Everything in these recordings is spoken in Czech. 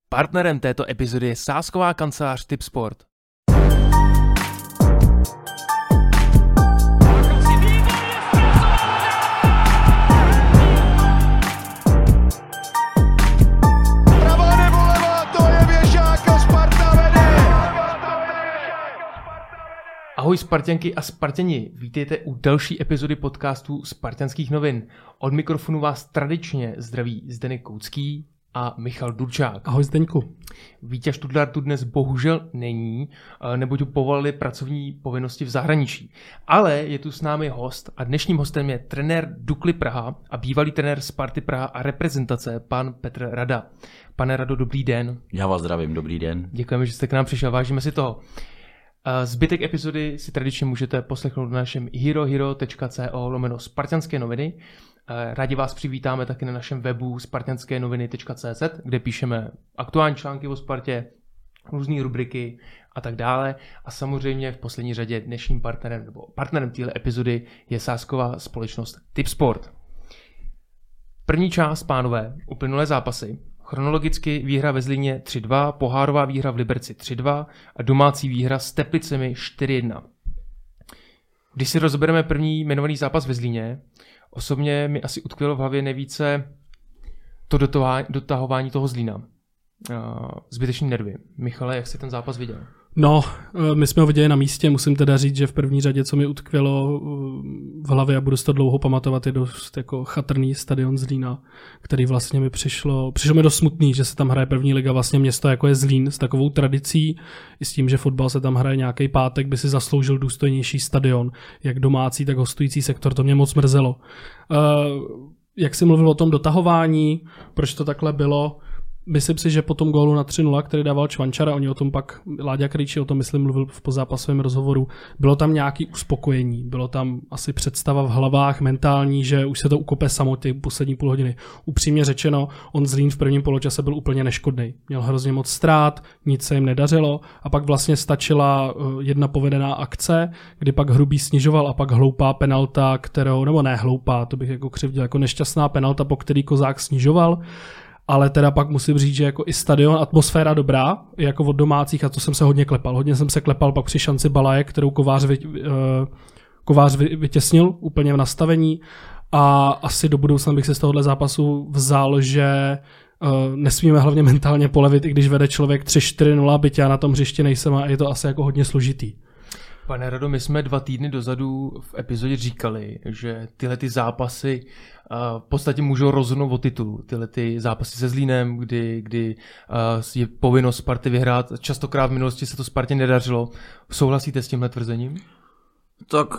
Partnerem této epizody je sázková kancelář Tipsport. Ahoj Sparťanky a Sparťani, vítejte u další epizody podcastu Sparťanských novin. Od mikrofonu vás tradičně zdraví Zdeněk Koucký a Michal Durčák. Ahoj Zdeňku. Vítěz Tudlar tu dnes bohužel není, neboť mu povolili pracovní povinnosti v zahraničí. Ale je tu s námi host a dnešním hostem je trenér Dukly Praha a bývalý trenér Sparty Praha a reprezentace, pan Petr Rada. Pane Rado, dobrý den. Já vás zdravím, dobrý den. Děkujeme, že jste k nám přišel, vážíme si toho. Zbytek epizody si tradičně můžete poslechnout na našem herohero.co/spartanské noviny. Rádi vás přivítáme taky na našem webu spartanskenoviny.cz, kde píšeme aktuální články o Spartě, různé rubriky a tak dále. A samozřejmě v poslední řadě dnešním partnerem téhle epizody je sázková společnost Tipsport. První část, pánové, uplynulé zápasy. Chronologicky výhra ve Zlíně 3-2, pohárová výhra v Liberci 3-2 a domácí výhra s Teplicemi 4-1. Když si rozebereme první jmenovaný zápas ve Zlíně, osobně mi asi utkvělo v hlavě nejvíce to dotahování toho Zlína. Zbytečný nervy. Michale, jak jsi ten zápas viděl? No, my jsme ho viděli na místě, musím teda říct, že v první řadě, co mi utkvělo v hlavě a budu si to dlouho pamatovat, je dost jako chatrný stadion Zlína, který vlastně mi přišlo mi dost smutný, že se tam hraje první liga, vlastně město jako je Zlín s takovou tradicí, i s tím, že fotbal se tam hraje nějaký pátek, by si zasloužil důstojnější stadion, jak domácí, tak hostující sektor, to mě moc mrzelo. Jak jsi mluvil o tom dotahování, proč to takhle bylo? Myslím si, že po tom gólu na 3-0, který dával Čvančara, oni o tom pak, Láďa Krejčí o tom, myslím, mluvil v pozápasovém rozhovoru, bylo tam nějaké uspokojení, bylo tam asi představa v hlavách mentální, že už se to ukope samo ty poslední půl hodiny. Upřímně řečeno, on Zlín v prvním poločase byl úplně neškodný. Měl hrozně moc ztrát, nic se jim nedařilo a pak vlastně stačila jedna povedená akce, kdy pak Hrubý snižoval a pak hloupá penalta, nebo ne hloupá, to bych jako křivdil, jako nešťastná penalta, po který Kozák snižoval. Ale teda pak musím říct, že jako i stadion, atmosféra dobrá, jako od domácích, a to jsem se hodně klepal. Hodně jsem se klepal pak při šanci Balaje, kterou Kovář vytěsnil úplně v nastavení a asi do budoucna bych se z tohohle zápasu vzal, že nesmíme hlavně mentálně polevit, i když vede člověk 3-4-0, byť já na tom hřišti nejsem a je to asi jako hodně složitý. Pane Rado, my jsme 2 týdny dozadu v epizodě říkali, že tyhle ty zápasy v podstatě můžou rozhodnout o titul. Tyhle ty zápasy se Zlínem, kdy je povinnost Sparty vyhrát. Častokrát v minulosti se to Spartě nedařilo. Souhlasíte s tímhle tvrzením? Tak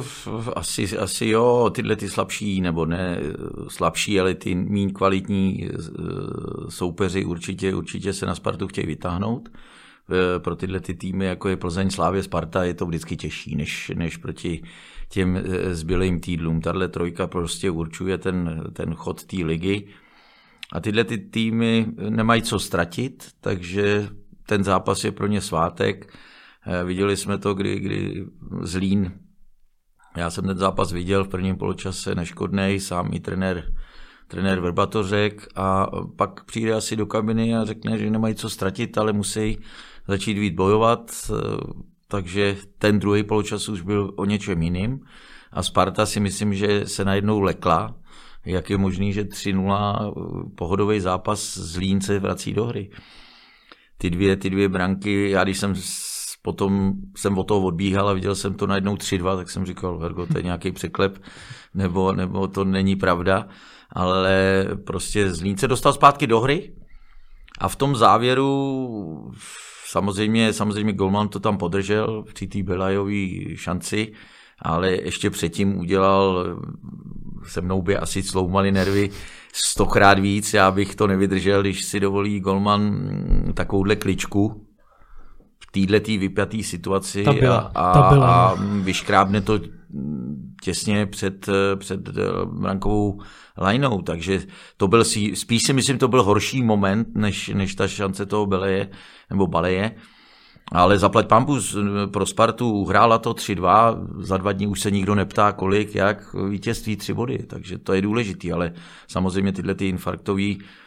asi jo, tyhle ty slabší, nebo ne slabší, ale ty méně kvalitní soupeři určitě se na Spartu chtějí vytáhnout. Pro tyhle ty týmy, jako je Plzeň, Slavie, Sparta, je to vždycky těžší, než proti těm zbylým týdlům. Tahle trojka prostě určuje ten chod té ligy a tyhle ty týmy nemají co ztratit, takže ten zápas je pro ně svátek. Viděli jsme to, kdy Zlín, já jsem ten zápas viděl v prvním poločase neškodnej, sám i trenér Vrba to řekl a pak přijde asi do kabiny a řekne, že nemají co ztratit, ale musí začít víc bojovat, takže ten druhý poločas už byl o něčem jiným a Sparta si myslím, že se najednou lekla, jak je možný, že 3-0 pohodový zápas Zlín se vrací do hry. Ty dvě branky, já když jsem potom od toho odbíhal a viděl jsem to najednou 3-2, tak jsem říkal, Hergo, to je nějaký překlep, nebo to není pravda, ale prostě Zlín se dostal zpátky do hry a v tom závěru samozřejmě golman to tam podržel při té Belajové šanci, ale ještě předtím udělal, se mnou by asi sloumaly nervy 100krát víc, já bych to nevydržel, když si dovolí golman takovouhle kličku v této vypjaté situaci a vyškrábne to těsně před brankovou lineou, takže to byl spíš si myslím, to byl horší moment, než ta šance toho Baleje, ale zaplať pambus pro Spartu, hrála to 3-2, za 2 dní už se nikdo neptá kolik, jak, vítězství 3 body, takže to je důležitý, ale samozřejmě tyhle ty infarktové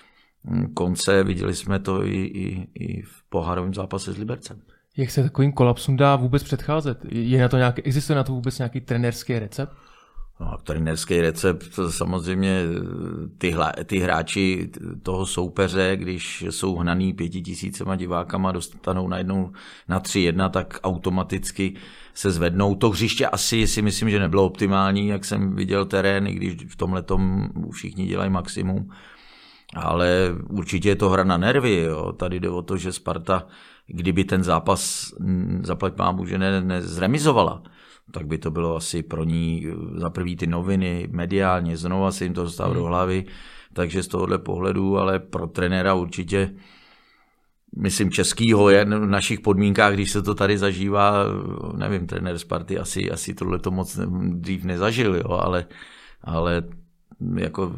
konce, viděli jsme to i v pohárovém zápase s Libercem. Jak se takovým kolapsům dá vůbec předcházet? Existuje na to vůbec nějaký trenérský recept? No, trenérský recept, samozřejmě ty hráči toho soupeře, když jsou hnaný 5000 divákama, dostanou najednou na 3-1, tak automaticky se zvednou. To hřiště asi si myslím, že nebylo optimální, jak jsem viděl terén, i když v tomhletom všichni dělají maximum. Ale určitě je to hra na nervy. Jo. Tady jde o to, že Sparta, kdyby ten zápas zaplať pánbůh, že nezremizovala, tak by to bylo asi pro ní za prvý ty noviny, mediálně, znova se jim to dostalo do hlavy, takže z tohohle pohledu, ale pro trenéra určitě, myslím českýho, je v našich podmínkách, když se to tady zažívá, nevím, trenér Sparty asi tohleto moc dřív nezažil, jo, ale jako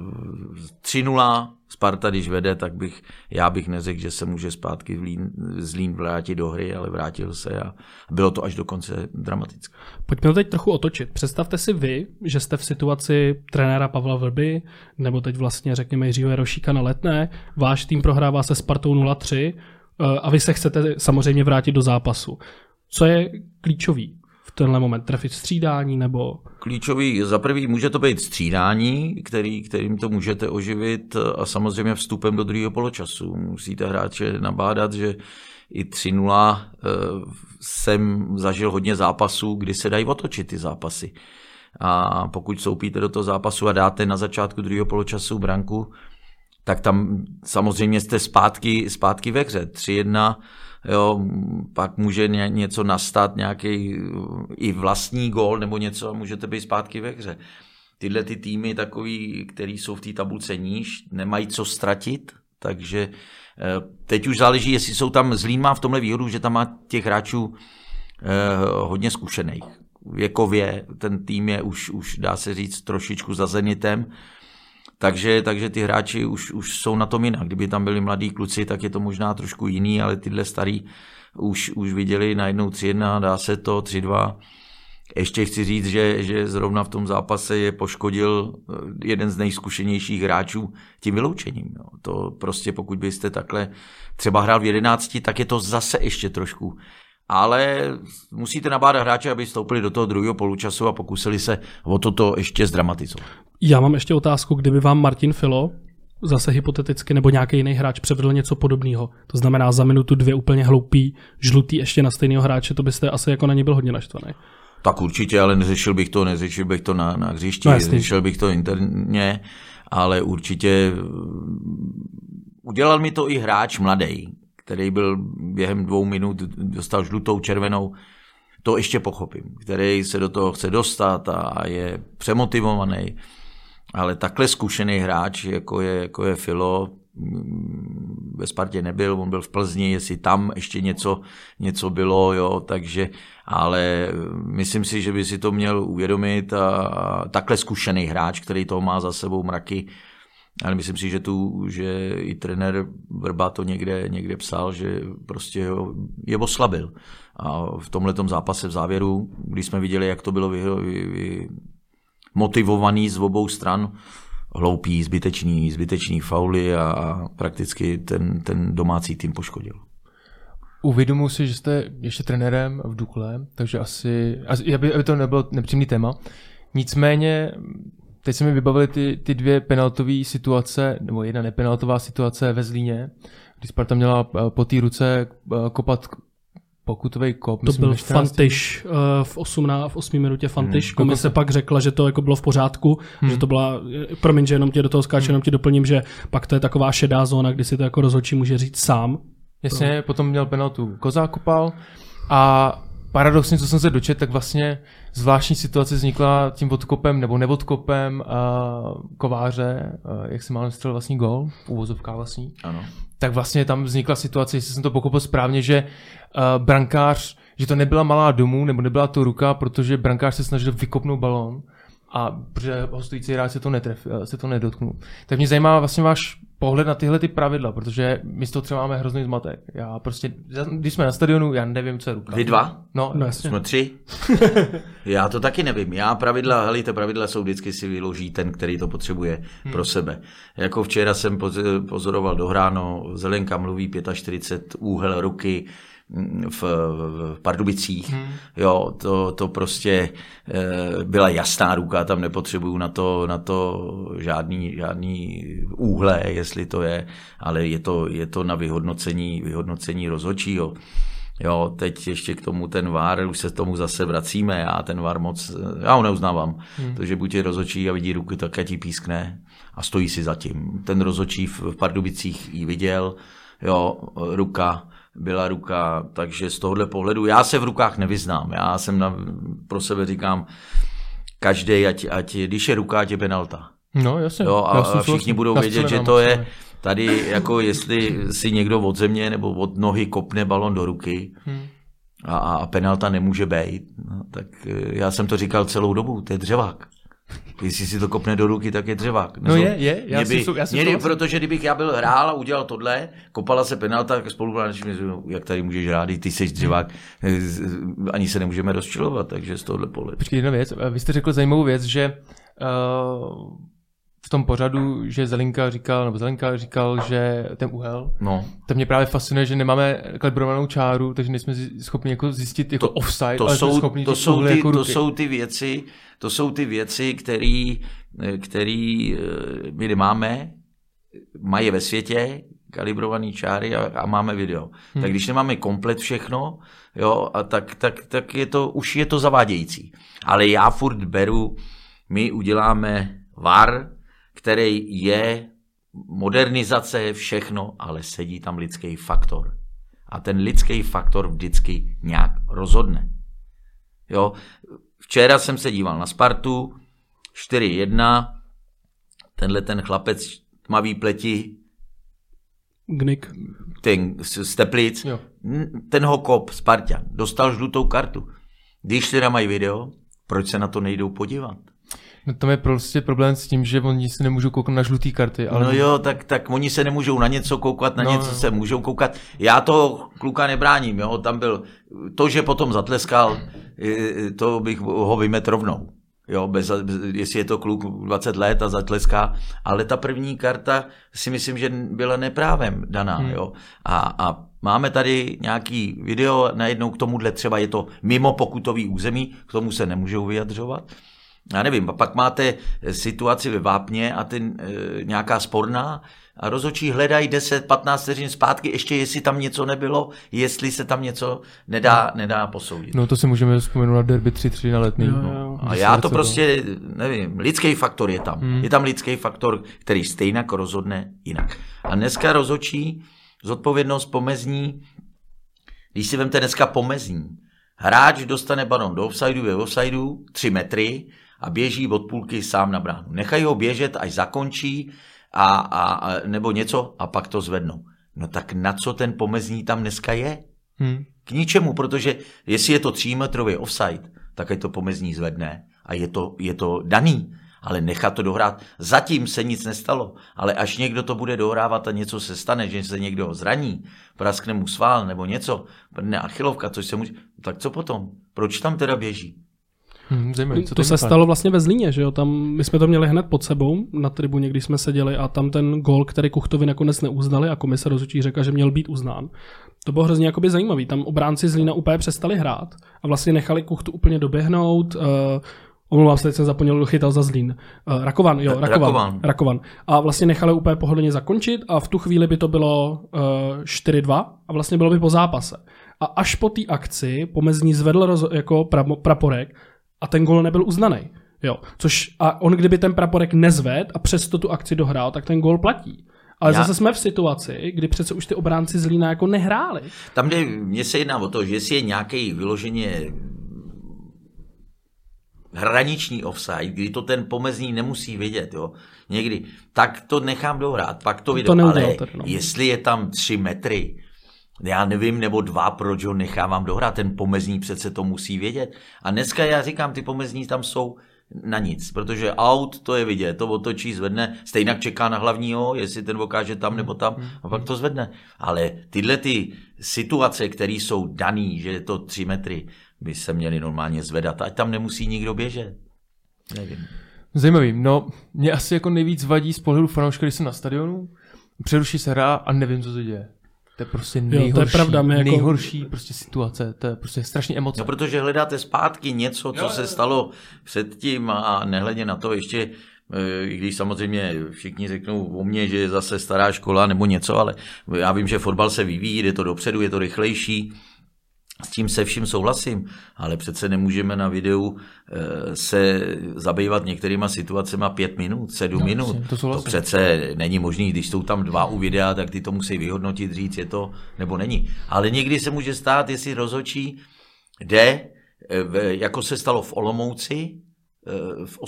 3-0 Sparta, když vede, tak já bych neřekl, že se může zpátky Zlín vrátit do hry, ale vrátil se a bylo to až do konce dramatické. Pojďme to teď trochu otočit. Představte si vy, že jste v situaci trenéra Pavla Vrby, nebo teď vlastně řekněme Jiřího Jarošíka na Letné, váš tým prohrává se Spartou 0-3 a vy se chcete samozřejmě vrátit do zápasu. Co je klíčový v tenhle moment? Trefit střídání nebo... Klíčový, za prvý může to být střídání, kterým to můžete oživit a samozřejmě vstupem do druhého poločasu. Musíte hráče nabádat, že i 3-0 jsem zažil hodně zápasů, kdy se dají otočit ty zápasy. A pokud vstoupíte do toho zápasu a dáte na začátku druhého poločasu branku, tak tam samozřejmě jste zpátky ve hře. 3-1, jo, pak může něco nastat, nějaký i vlastní gól nebo něco a můžete být zpátky ve hře. Tyhle ty týmy takový, který jsou v té tabulce níž, nemají co ztratit, takže teď už záleží, jestli jsou tam, Zlín má v tomhle výhodu, že tam má těch hráčů hodně zkušených. Věkově ten tým je už dá se říct trošičku za Zenitem, takže ty hráči už jsou na tom jinak. Kdyby tam byli mladí kluci, tak je to možná trošku jiný, ale tyhle starý už viděli najednou 3-1, dá se to 3-2. Ještě chci říct, že zrovna v tom zápase je poškodil jeden z nejzkušenějších hráčů tím vyloučením. Jo. To prostě pokud byste takhle třeba hrál v 11, tak je to zase ještě trošku. Ale musíte nabádat hráče, aby vstoupili do toho druhého poločasu a pokusili se o toto ještě zdramatizovat. Já mám ještě otázku, kdyby vám Martin Filo, zase hypoteticky, nebo nějaký jiný hráč předvedl něco podobného. To znamená za minutu 2 úplně hloupý, žlutý ještě na stejného hráče, to byste asi jako na ně byl hodně naštvaný. Tak určitě, ale neřešil bych to na hřišti, no, řešil bych to interně, ale určitě udělal mi to i hráč mladý, který byl během 2 minut, dostal žlutou, červenou, to ještě pochopím, který se do toho chce dostat a je přemotivovaný, ale takhle zkušený hráč, jako je Filo, ve Spartě nebyl, on byl v Plzni, jestli tam ještě něco bylo, jo, takže, ale myslím si, že by si to měl uvědomit a takhle zkušený hráč, který toho má za sebou mraky, ale myslím si, že i trenér Vrba to někde psal, že prostě je oslabil. A v tomhletom zápase v závěru, když jsme viděli, jak to bylo motivovaný z obou stran, hloupý, zbytečný fauly a prakticky ten domácí tým poškodil. Uvědomuji si, že jste ještě trenérem v Dukle, takže asi aby to nebylo nepříjemný téma. Nicméně teď se mi vybavily ty 2 penaltové situace, nebo jedna nepenaltová situace ve Zlíně, kdy Sparta měla po té ruce kopat pokutový kop. To byl Fantyš v 8 minutě Fantyš. Komise pak řekla, že to jako bylo v pořádku, že to byla, promiň, že jenom tě do toho skáču, jenom ti doplním, že pak to je taková šedá zóna, kdy si to jako rozhodčí může říct sám. Jasně, potom měl penaltu Kozák kopal a paradoxně, co jsem se dočetl, tak vlastně zvláštní situace vznikla tím odkopem nebo neodkopem Kováře, jak se málem střelil vlastní gól, v uvozovkách vlastní. Ano. Tak vlastně tam vznikla situace, jestli jsem to pochopil správně, že brankář, že to nebyla malá domů, nebo nebyla to ruka, protože brankář se snažil vykopnout balón a protože hostující hráč se to nedotknul. Tak mě zajímá vlastně váš pohled na tyhle ty pravidla, protože my z toho třeba máme hrozný zmatek. Já prostě, když jsme na stadionu, já nevím, co je ruka. Vy dva? No jasně. Jsme 3. Já to taky nevím. Ty pravidla jsou vždycky si vyloží ten, který to potřebuje pro sebe. Jako včera jsem pozoroval dohráno, Zelenka mluví 45 úhel ruky v Pardubicích. Jo, to prostě byla jasná ruka, tam nepotřebuju na to žádný úhle, jestli to je, ale je to na vyhodnocení rozhodčího. Jo, teď ještě k tomu ten VAR, už se k tomu zase vracíme, já ho neuznávám, protože buď je rozhodčí a vidí ruku, tak ti pískne a stojí si za tím. Ten rozhodčí v Pardubicích ji viděl, jo, byla ruka, takže z tohohle pohledu, já se v rukách nevyznám, já jsem pro sebe říkám, každej, ať když je ruka, ať je penalta. No jasně. Jo, a všichni budou vědět, že to je tady, jako jestli si někdo od země nebo od nohy kopne balon do ruky a penalta nemůže být, no, tak já jsem to říkal celou dobu, to je dřevák. Jestli si to kopne do ruky, tak je dřevák. No je. Protože kdybych já byl hrál a udělal tohle, kopala se penalta, tak spolupráci, jak tady můžeš hrát, ty jsi dřevák, ani se nemůžeme rozčilovat, takže z tohohle pohledu. Počkej, jedna věc, vy jste řekl zajímavou věc, že v tom pořadu, že Zelenka říkal, že ten úhel, to mě právě fascinuje, že nemáme kalibrovanou čáru, takže nejsme schopni jako zjistit jako offside, ale jsme schopni to jsou ty věci, které my nemáme, mají ve světě kalibrované čáry a máme video. Tak když nemáme komplet všechno, jo, a tak už je to zavádějící. Ale já furt beru, my uděláme VAR, který je modernizace, všechno, ale sedí tam lidský faktor. A ten lidský faktor vždycky nějak rozhodne. Jo? Včera jsem se díval na Spartu, 4-1, ten chlapec tmavý pleti, Gnik. ten z Teplic, ten ho kop, Spartan, dostal žlutou kartu. Když teda mají video, proč se na to nejdou podívat? No tam je prostě problém s tím, že oni se nemůžou koukat na žlutý karty. Ale... No jo, tak oni se nemůžou na něco koukat, něco se můžou koukat. Já toho kluka nebráním, jo, tam byl to, že potom zatleskal, to bych ho vymet rovnou. Jo, jestli je to kluk 20 let a zatleská, ale ta první karta si myslím, že byla neprávem daná. Jo. A máme tady nějaký video, najednou k tomuhle třeba je to mimo pokutový území, k tomu se nemůžou vyjadřovat. Já nevím, a pak máte situaci ve Vápně a nějaká sporná a rozhodčí hledají 10-15 vteřin zpátky, ještě jestli tam něco nebylo, jestli se tam něco nedá posoudit. No to si můžeme vzpomenout na derby 3-3 na Letný. Jo. A já to prostě, nevím, lidský faktor je tam. Je tam lidský faktor, který stejnak rozhodne jinak. A dneska rozhodčí zodpovědnost pomezní, když si vemte dneska pomezní, hráč dostane balon do offsideu, ve offsideu 3 metry, a běží od půlky sám na bránu. Nechají ho běžet, až zakončí a nebo něco a pak to zvednou. No tak na co ten pomezní tam dneska je? K ničemu, protože jestli je to 3metrový offside, tak je to pomezní zvedne a je to daný, ale nechat to dohrát. Zatím se nic nestalo, ale až někdo to bude dohrávat a něco se stane, že se někdo zraní, praskne mu sval nebo něco, prdne achilovka, což se může, tak co potom? Proč tam teda běží? To se stalo vlastně ve Zlíně, že jo? Tam my jsme to měli hned pod sebou na tribuně, když jsme seděli a tam ten gól, který Kuchtovi nakonec neuznali a komise rozhodčí řekla, že měl být uznán. To bylo hrozně jakoby zajímavý. Tam obránci Zlína úplně přestali hrát a vlastně nechali Kuchtu úplně doběhnout. Omlouvám se, teď jsem zapomněl, chytal za Zlín. Rakovan. A vlastně nechali úplně pohodlně zakončit a v tu chvíli by to bylo 4-2 a vlastně bylo by po zápase. A až po té akci pomezní zvedl jako praporek a ten gól nebyl uznaný. Jo. A on kdyby ten praporek nezvedl a přesto tu akci dohrál, tak ten gól platí. Ale zase jsme v situaci, kdy přece už ty obránci Zlína jako nehráli. Tam mně se jedná o to, že jestli je nějaký vyloženě hraniční offside, kdy to ten pomezní nemusí vědět, jo, někdy, tak to nechám dohrát, pak to video, ale jestli je tam 3 metry, já nevím, nebo 2, proč ho nechávám dohrát, ten pomezní přece to musí vědět. A dneska já říkám, ty pomezní tam jsou na nic, protože aut, to je vidět, to otočí, zvedne, stejnak čeká na hlavního, jestli ten okáže tam nebo tam, a pak to zvedne. Ale tyhle ty situace, které jsou daný, že je to 3 metry, by se měly normálně zvedat, ať tam nemusí nikdo běžet. Nevím. Zajímavý. No, mě asi jako nejvíc vadí z pohledu fanouška, když jsem na stadionu, přeruší se hra a nevím, co se děje. To je prostě nejhorší, to je pravda, nejhorší prostě situace, to je prostě strašně emoce. No, protože hledáte zpátky něco, co se stalo předtím a nehledě na to ještě, i když samozřejmě všichni řeknou o mně, že je zase stará škola nebo něco, ale já vím, že fotbal se vyvíjí, jde to dopředu, je to rychlejší, s tím se vším souhlasím, ale přece nemůžeme na videu se zabývat některýma situacemi 5 minut, 7 minut. To přece není možný, když jsou tam 2 u videa, tak ty to musí vyhodnotit, říct, je to nebo není. Ale někdy se může stát, jestli rozhodčí jde, jako se stalo v Olomouci, v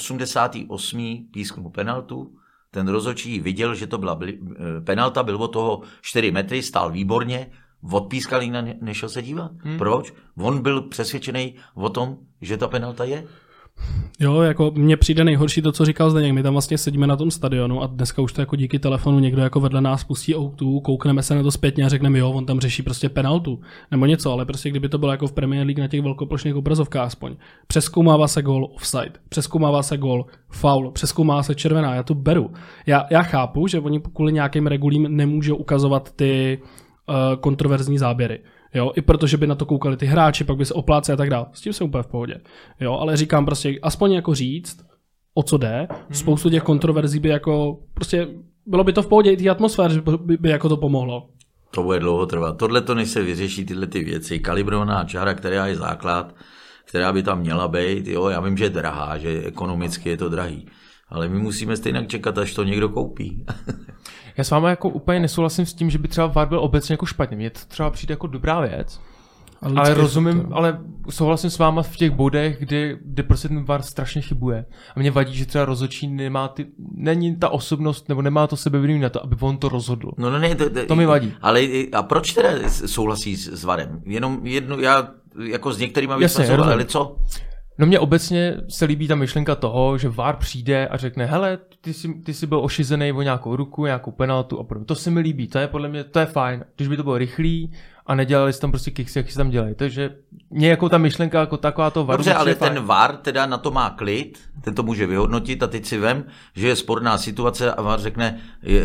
88. písknul penaltu, ten rozhodčí viděl, že to byla penalta, byl od toho 4 metry, stál výborně, odpískal ji, nešel se dívat. Proč? On byl přesvědčený o tom, že ta penalta je. Jo, jako mně přijde nejhorší to, co říkal Zdeněk. My tam vlastně sedíme na tom stadionu a dneska už to jako díky telefonu někdo jako vedle nás pustí O2, koukneme se na to zpětně a řekneme, jo, on tam řeší prostě penaltu nebo něco, ale prostě kdyby to bylo jako v Premier League na těch velkoplošných obrazovkách aspoň. Přezkoumává se gól offside, přezkoumává se gól foul, přezkoumává se červená, já to beru. Já chápu, že oni kvůli nějakým regulím nemůžou ukazovat ty kontroverzní záběry. Jo, i protože by na to koukali ty hráči, pak by se opláceli a tak dále. S tím jsem úplně v pohodě. Jo, ale říkám prostě, aspoň jako říct, o co jde, spoustu těch kontroverzí by jako, prostě bylo by to v pohodě i té atmosféře, že by jako to pomohlo. To bude dlouho trvat. Tohle to, než se vyřeší tyhle ty věci, kalibrovaná čára, která je základ, která by tam měla být, jo, já vím, že je drahá, že ekonomicky je to drahý, ale my musíme stejně čekat, až to někdo koupí. Já s váma jako úplně nesouhlasím s tím, že by třeba VAR byl obecně jako špatně. Mně to třeba přijde jako dobrá věc, ale rozumím, ale souhlasím s váma v těch bodech, kde prostě ten VAR strašně chybuje. A mě vadí, že třeba rozhodčí není ta osobnost, nebo nemá to sebevědomí na to, aby on to rozhodl. No ne, to mi vadí. Ale a proč teda souhlasí s VARem? Jenom jednu, já jako s některýma věcmi souhlasím, ale co? No mně obecně se líbí ta myšlenka toho, že VAR přijde a řekne, hele, ty jsi byl ošizený o nějakou ruku, nějakou penaltu a podobně. To se mi líbí, to je podle mě, to je fajn. Když by to bylo rychlý a nedělali si tam prostě kiksy, jak si tam dělají. Takže mě jako ta myšlenka jako taková to VAR. Dobře, ale ten VAR teda na to má klid, ten to může vyhodnotit a teď si vem, že je sporná situace a VAR řekne,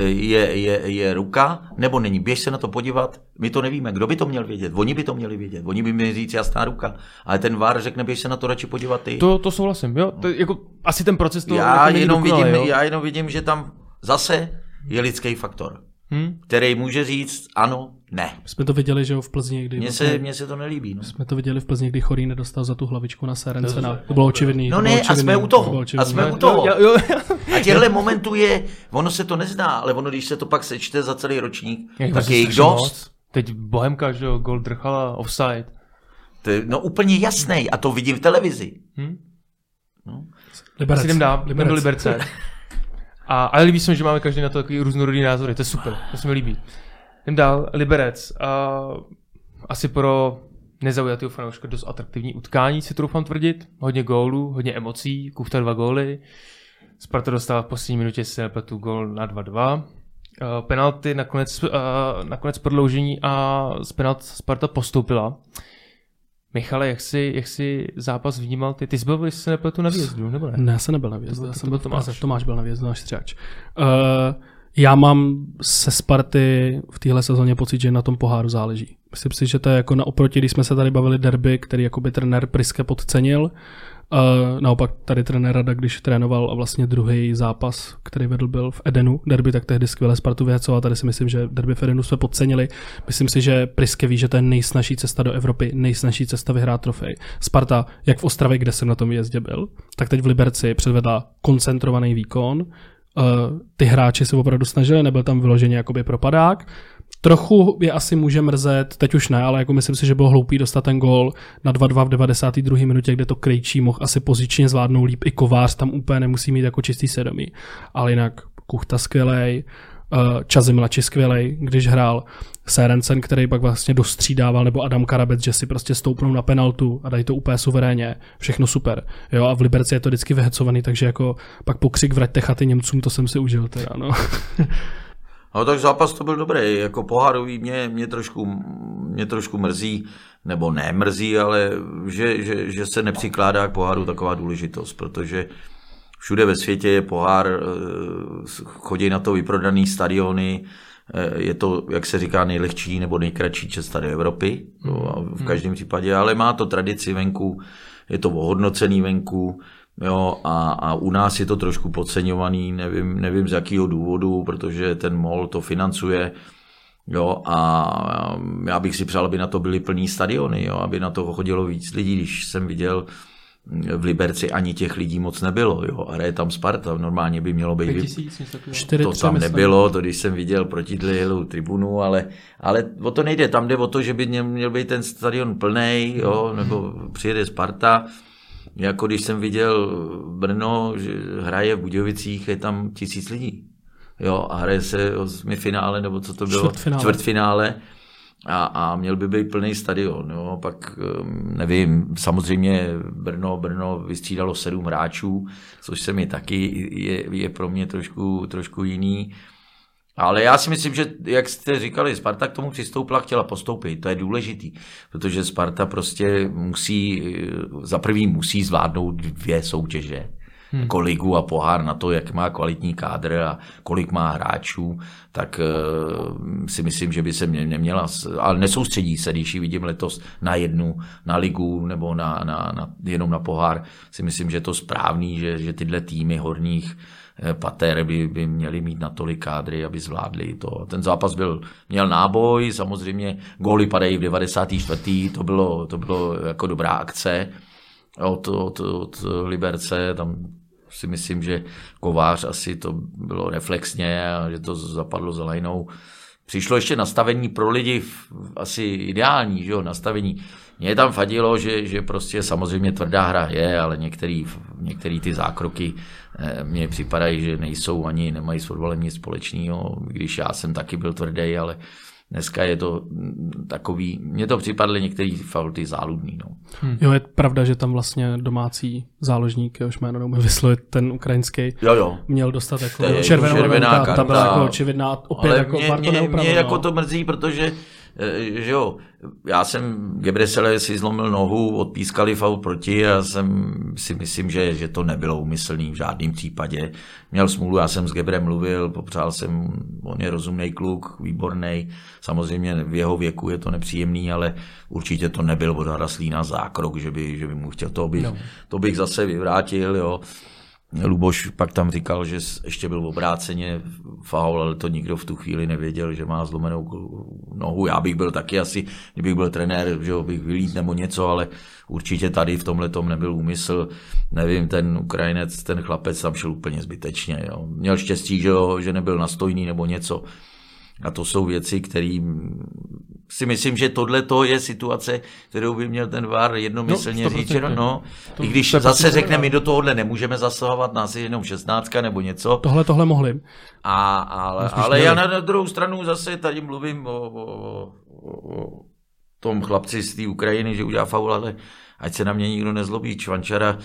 je ruka nebo není. Běž se na to podívat, my to nevíme. Kdo by to měl vědět? Oni by to měli vědět. Oni by měli říct jasná ruka. Ale ten VAR řekne, běž se na to radši podívat ty. To souhlasím, jo. To, jako, asi ten proces to já jenom vidím, že tam zase je lidský faktor. Který může říct ano, ne. Jsme to viděli, že jo, v Plzni, kdy... Mně se to nelíbí. No. Jsme to viděli v Plzni, kdy Chorý nedostal za tu hlavičku na Serencena. To bylo očividný. No ne, a jsme u toho. A těchto momentů je, ono se to nezná, ale ono, když se to pak sečte za celý ročník, tak je jich dost. Teď Bohemka, že jo, gol Drchala, offside. To je úplně jasný a to vidím v televizi. No. Liberec. Jdem dál, jdem do Liberce. Ale líbí se mi, že máme každý na to takový různorodý názory, to je super, to se mi líbí. Jdem dál, Liberec. Asi pro nezaujatého fanouška dost atraktivní utkání, si troufám tvrdit. Hodně gólů, hodně emocí, Kuchta 2 góly. Sparta dostala v poslední minutě si nepletu gól na 2-2. Penalty nakonec prodloužení a z penalt Sparta postoupila. Michale, jak jsi zápas vnímal ty? Ty jsi byl, když se nepletu na výjezdu, nebo ne? Ne, já jsem nebyl na výjezdu, já jsem byl Tomáš byl na výjezdu, náš střihač. Já mám se Sparty v téhle sezóně pocit, že na tom poháru záleží. Myslím si, že to je jako naoproti, když jsme se tady bavili derby, který jakoby trenér Priske podcenil. Naopak tady trenér Rada, když trénoval a vlastně druhý zápas, který vedl, byl v Edenu derby, tak tehdy skvěle Spartu vyhecoval. Tady si myslím, že derby v Edenu jsme podcenili. Myslím si, že Priske ví, že to je nejsnažší cesta do Evropy, nejsnažší cesta vyhrát trofej. Sparta, jak v Ostravě, kde jsem na tom výjezdě byl, tak teď v Liberci předvedla koncentrovaný výkon. Ty hráči se opravdu snažili, nebyl tam vyloženě jakoby propadák. Trochu je asi může mrzet, teď už ne, ale jako myslím si, že bylo hloupý dostat ten gól na 2-2 v 92. minutě, kde to Krejčí mohl asi pozičně zvládnout líp, i Kovář tam úplně nemusí mít jako čistý svědomí. Ale jinak Kuchta skvělej, Čazy mladší skvělej, když hrál Sørensen, který pak vlastně dostřídával, nebo Adam Karabec, že si prostě stoupnou na penaltu a dají to úplně suverénně. Všechno super. Jo, a v Liberci je to vždycky vyhecovaný, takže jako pak pokřik vraťte chaty Němcům, to jsem si užil teda, no. No tak zápas to byl dobrý, jako pohárový mě trošku mrzí, nebo ne mrzí, ale že se nepřikládá k poháru taková důležitost, protože všude ve světě je pohár, chodí na to vyprodaný stadiony, je to, jak se říká, nejlehčí nebo nejkratší čest tady Evropy, v každém případě, ale má to tradici venku, je to ohodnocený venku, jo, a u nás je to trošku podceňovaný, nevím z jakého důvodu, protože ten MOL to financuje, jo, a já bych si přál, aby na to byly plný stadiony, jo, aby na to chodilo víc lidí, když jsem viděl v Liberci ani těch lidí moc nebylo, jo, a hraje tam Sparta, normálně by mělo být 5000, to tam nebylo, to když jsem viděl protitlilou tribunu, ale o to nejde, tam jde o to, že by měl být ten stadion plnej, jo, nebo přijede Sparta, jako když jsem viděl Brno, že hraje v Budějovicích, je tam 1000 lidí, jo, a hraje se osmifinále, nebo co to bylo, čtvrtfinále, a měl by být plný stadion. Jo. Pak nevím, samozřejmě Brno vystřídalo 7 hráčů, což se mi taky je pro mě trošku jiný. Ale já si myslím, že, jak jste říkali, Sparta k tomu přistoupila, chtěla postoupit, to je důležitý, protože Sparta prostě za prvý musí zvládnout 2 soutěže, jako ligu a pohár na to, jak má kvalitní kádr a kolik má hráčů, tak si myslím, že by se neměla, ale nesoustředí se, když ji vidím letos na ligu nebo jenom na pohár, si myslím, že je to správný, že tyhle týmy horních pater by měli mít natolik kádry, aby zvládli to. Ten zápas měl náboj, samozřejmě góly padají v 94. To bylo jako dobrá akce od Liberce, tam si myslím, že Kovář asi to bylo reflexně a že to zapadlo za lajnou. Přišlo ještě nastavení pro lidi asi ideální, že jo, nastavení. Mně tam vadilo, že prostě samozřejmě tvrdá hra je, ale některý ty zákroky mně připadají, že nejsou ani, nemají s fotbalem nic společného, když já jsem taky byl tvrdý, ale dneska je to takový, mně to připadly některý faulty záludný. No. Jo, je pravda, že tam vlastně domácí záložník, jehož jméno neumím vyslovit, ten ukrajinský, měl dostat jako červená karta, byla jako očividná, opět ale jako Barto neupravil. Mě jako to mrzí, protože že jo, já jsem Gebresele si zlomil nohu, odpískali faul proti a jsem si myslím, že to nebylo úmyslný v žádném případě. Měl smůlu, já jsem s Gebrem mluvil, popřál jsem, on je rozumný kluk, výborný, samozřejmě v jeho věku je to nepříjemný, ale určitě to nebyl od Haraslína zákrok, že by mu chtěl, to bych zase vyvrátil, jo. Luboš pak tam říkal, že ještě byl obráceně faul, ale to nikdo v tu chvíli nevěděl, že má zlomenou nohu. Já bych byl taky asi, kdybych byl trenér, že bych vylít nebo něco, ale určitě tady v tomhletom nebyl úmysl. Nevím, ten Ukrajinec, ten chlapec tam šel úplně zbytečně. Jo. Měl štěstí, že nebyl nastojný nebo něco. A to jsou věci, které si myslím, že tohleto je situace, kterou by měl ten VAR jednomyslně říct, že i když zase řekne, my do tohohle nemůžeme zasahovat, nás je jenom 16 nebo něco. Tohle mohli. Ale já na druhou stranu zase tady mluvím o tom chlapci z té Ukrajiny, že udělá faul, ale ať se na mě nikdo nezlobí. Čvančara,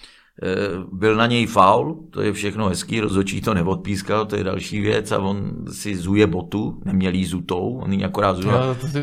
byl na něj faul, to je všechno hezký, rozhodčí to neodpískal, to je další věc a on si zuje botu, neměl jí zutou, on jí akorát zuje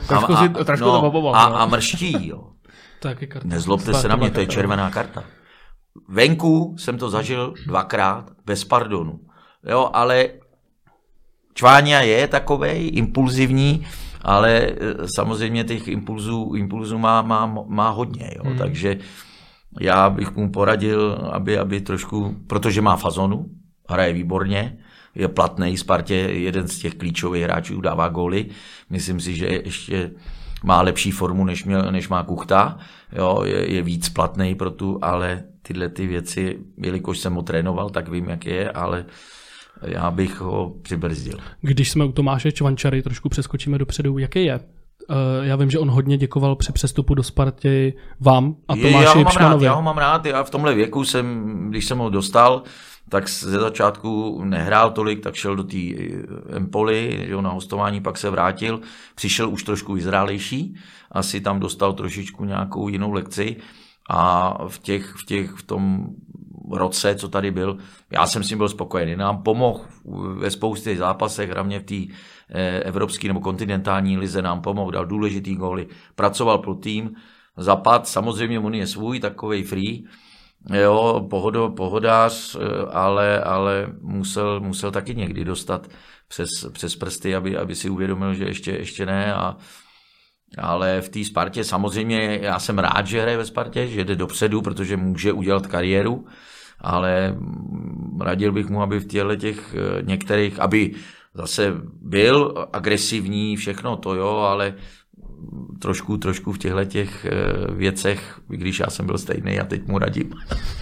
a mrští, jo. Nezlobte se na mě, to je červená karta. Venku jsem to zažil 2krát, bez pardonu, jo, ale Čváňa je takovej, impulzivní, ale samozřejmě těch impulzů má hodně, jo, takže já bych mu poradil, aby trošku, protože má fazonu, hraje výborně, je platnej Spartě, jeden z těch klíčových hráčů, dává góly. Myslím si, že ještě má lepší formu, než má Kuchta. Jo, je víc platnej pro tu, ale tyhle ty věci, jelikož jsem ho trénoval, tak vím, jak je, ale já bych ho přibrzdil. Když jsme u Tomáše Čvančary, trošku přeskočíme dopředu, jaký je? Já vím, že on hodně děkoval při přestupu do Sparty vám a Tomáši Pšmanovi. Já ho mám rád, já v tomhle věku když jsem ho dostal, tak ze začátku nehrál tolik, tak šel do té Empoli, na hostování, pak se vrátil, přišel už trošku vyzrálejší, asi tam dostal trošičku nějakou jinou lekci a v tom roce, co tady byl, já jsem s ním byl spokojený. Nám pomohl ve spoustě zápasech, hlavně v té evropské nebo kontinentální lize nám pomohl, dal důležitý góly, pracoval pro tým, zapad, samozřejmě on je svůj, takovej free, jo, pohodář, ale musel taky někdy dostat přes prsty, aby si uvědomil, že ještě ne. Ale v té Spartě samozřejmě já jsem rád, že hraje ve Spartě, že jde dopředu, protože může udělat kariéru, ale radil bych mu, aby v těch některých, aby zase byl agresivní, všechno to jo, ale trošku v těchto věcech, když já jsem byl stejný a teď mu radím.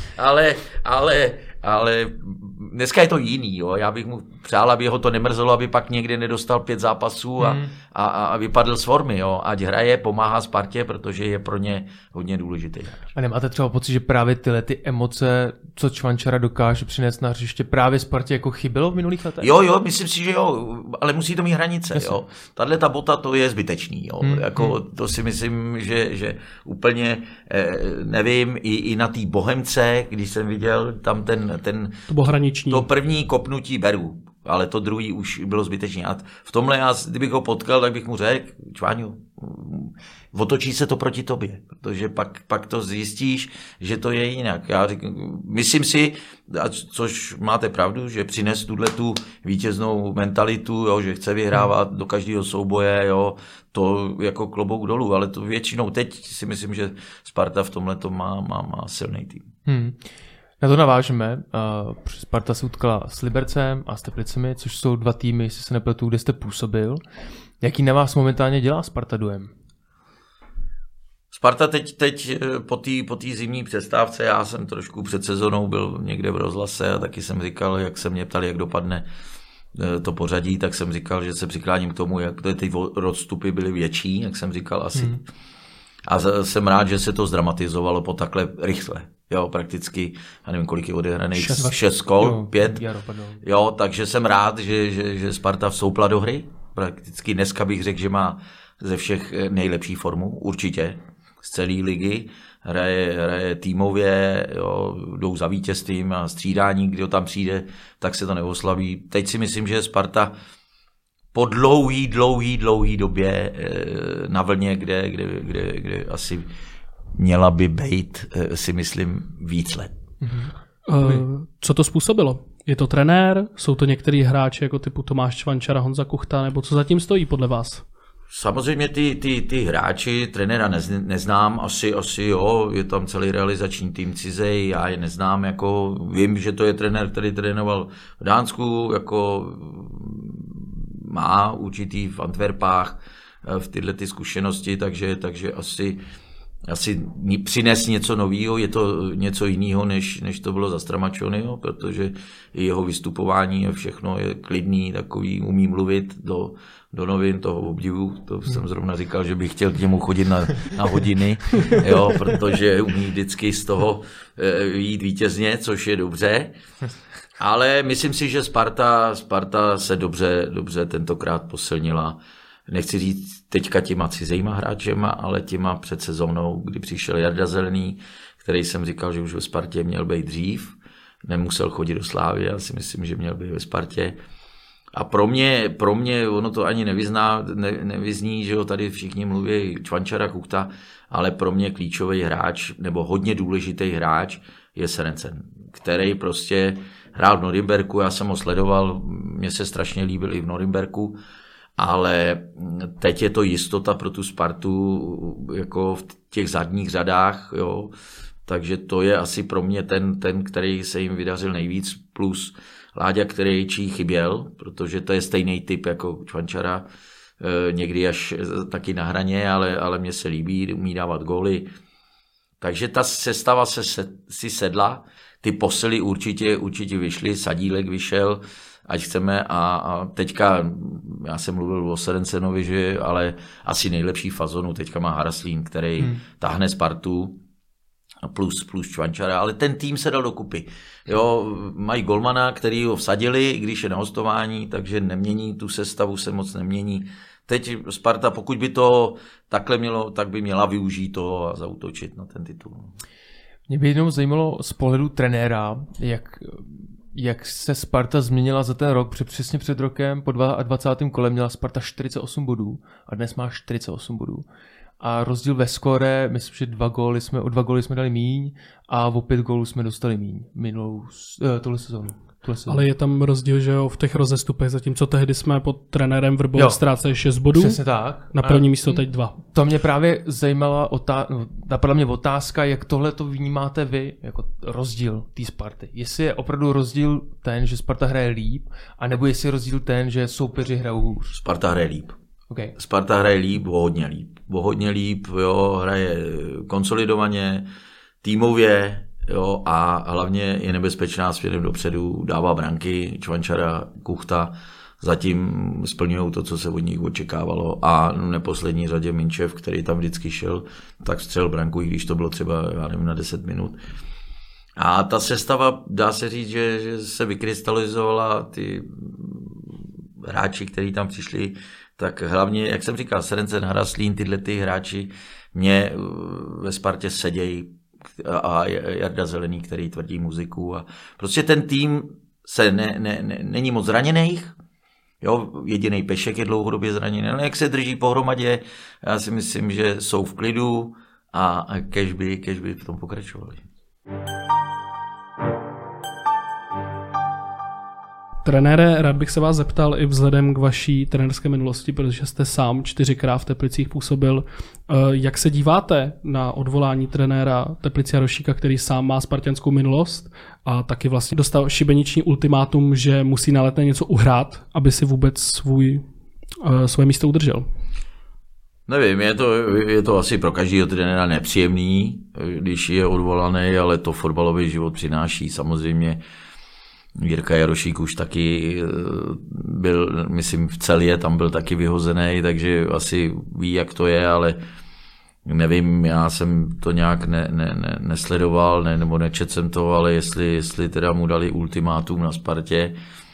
Ale dneska je to jiný, jo. Já bych mu přál, aby ho to nemrzelo, aby pak někde nedostal 5 zápasů a vypadl z formy, jo. Ať hraje, pomáhá Spartě, protože je pro ně hodně důležitý. A nemáte třeba pocit, že právě ty emoce, co Čvančara dokáže přinést na hřiště, právě Spartě jako chybělo v minulých letech? Jo, myslím si, že jo, ale musí to mít hranice, jo. Tahle ta bota, to je zbytečný, jo. To si myslím, že úplně nevím, i na té Bohemce, když jsem viděl tam to první kopnutí beru, ale to druhý už bylo zbytečné. A v tomhle já, kdybych ho potkal, tak bych mu řekl, Čváňo, otočí se to proti tobě, protože pak to zjistíš, že to je jinak. Já myslím si, což máte pravdu, že přines tu vítěznou mentalitu, jo, že chce vyhrávat do každého souboje, jo, to jako klobouk dolů, ale to většinou teď si myslím, že Sparta v tomhle to má silný tým. Na to navážeme. Sparta se utkala s Libercem a s Teplicemi, což jsou 2 týmy, jestli se nepletu, kde jste působil. Jaký na vás momentálně dělá Sparta dojem? Sparta teď po té zimní přestávce, já jsem trošku před sezónou byl někde v rozhlase a taky jsem říkal, jak se mě ptali, jak dopadne to pořadí, tak jsem říkal, že se přikláním k tomu, jak ty odstupy byly větší, jak jsem říkal asi. A jsem rád, že se to zdramatizovalo po takhle rychle. Jo, prakticky, já nevím, kolik je odehraných, 6 kol, 5. Jo, takže jsem rád, že Sparta vstoupila do hry. Prakticky dneska bych řekl, že má ze všech nejlepší formu, určitě, z celé ligy. Hraje týmově, jo, jdou za vítězstvím a střídání, kdy ho tam přijde, tak se to neoslaví. Teď si myslím, že Sparta po dlouhý době na vlně, kde asi měla by být, si myslím, víc let. Co to způsobilo? Je to trenér? Jsou to některý hráči jako typu Tomáš Čvančara, Honza Kuchta, nebo co zatím stojí podle vás? Samozřejmě ty hráči, trenéra neznám, asi jo, je tam celý realizační tým cizej, já je neznám, jako vím, že to je trenér, který trénoval v Dánsku, jako má určitý v Antwerpách v tyhle ty zkušenosti, takže asi přines něco nového, je to něco jiného, než to bylo za Stramačonyho, protože jeho vystupování a všechno je klidný, takový, umí mluvit do novin, toho obdivu, to jsem zrovna říkal, že bych chtěl k němu chodit na hodiny, jo, protože umí vždycky z toho jít vítězně, což je dobře. Ale myslím si, že Sparta se dobře tentokrát posilnila. Nechci říct teďka těma cizejma hráčema, ale těma před sezónou, kdy přišel Jarda Zelený, který jsem říkal, že už ve Spartě měl být dřív, nemusel chodit do Slávy, já si myslím, že měl být ve Spartě. A pro mě ono to ani nevyzní, že jo, tady všichni mluví Čvančara, Kuchta, ale pro mě klíčový hráč, nebo hodně důležitý hráč je Sørensen, který prostě hrál v Norimberku, já jsem ho sledoval, mně se strašně líbil i v Norimberku, ale teď je to jistota pro tu Spartu jako v těch zadních řadách, jo. Takže to je asi pro mě ten, který se jim vydařil nejvíc, plus Láďa, který chyběl, protože to je stejný typ jako Čvančara, někdy až taky na hraně, ale mně se líbí, umí dávat góly. Takže ta sestava si sedla, ty posily určitě vyšly, Sadílek vyšel, ať chceme, a teďka, já jsem mluvil o Sörensenovi, že ale asi nejlepší fazonu teďka má Haraslín, který táhne Spartu, plus Čvančara, ale ten tým se dal dokupy. Jo, mají golmana, který ho vsadili, když je na hostování, takže nemění tu sestavu, se moc nemění. Teď Sparta, pokud by to takhle mělo, tak by měla využít to a zaútočit na ten titul. Mě by jenom zajímalo z pohledu trenéra, jak se Sparta změnila za ten rok. Přesně před rokem po 22. kole měla Sparta 48 bodů a dnes má 48 bodů. A rozdíl ve skóre, myslím, že o 2 góly jsme dali míň a o 5 gólů jsme dostali míň tohle sezónu. Ale je tam rozdíl, že jo, v těch rozestupech, zatímco tehdy jsme pod trenérem Vrbou ztráceli 6 bodů. Přesně tak. Na první místo teď 2. To mě právě zajímala, napadla mě otázka, jak tohle to vnímáte vy, jako rozdíl té Sparty. Jestli je opravdu rozdíl ten, že Sparta hraje líp, anebo jestli je rozdíl ten, že soupeři hrajou hůř. Sparta hraje líp. Okay. Sparta hraje líp, o hodně líp, jo, hraje konsolidovaně, týmově, jo, a hlavně je nebezpečná směrem dopředu, dává branky, Čvančara, Kuchta, zatím splňují to, co se od nich očekávalo, a v neposlední řadě Minčev, který tam vždycky šel, tak střel branku, i když to bylo třeba, já nevím, na 10 minut. A ta sestava, dá se říct, že se vykrystalizovala, ty hráči, kteří tam přišli, tak hlavně, jak jsem říkal, Serencen, Haraslín, tyhle ty hráči mě ve Spartě sedějí, a Jarda Zelený, který tvrdí muziku, a prostě ten tým se není moc zraněných, jo, jedinej Pešek je dlouhodobě zraněný, ale jak se drží pohromadě, já si myslím, že jsou v klidu a kež by v tom pokračovali. Trenére, rád bych se vás zeptal i vzhledem k vaší trenérské minulosti, protože jste sám 4krát v Teplicích působil. Jak se díváte na odvolání trenéra Teplice Jarošíka, který sám má spartanskou minulost a taky vlastně dostal šibeniční ultimátum, že musí na Letné něco uhrát, aby si vůbec svoje místo udržel? Nevím, je to asi pro každého trenéra nepříjemný, když je odvolaný, ale to fotbalový život přináší. Samozřejmě Jirka Jarošík už taky byl, myslím, v Celje, tam byl taky vyhozený, takže asi ví, jak to je, ale nevím, já jsem to nějak nesledoval, nebo nečetl jsem to, ale jestli teda mu dali ultimátum na Spartě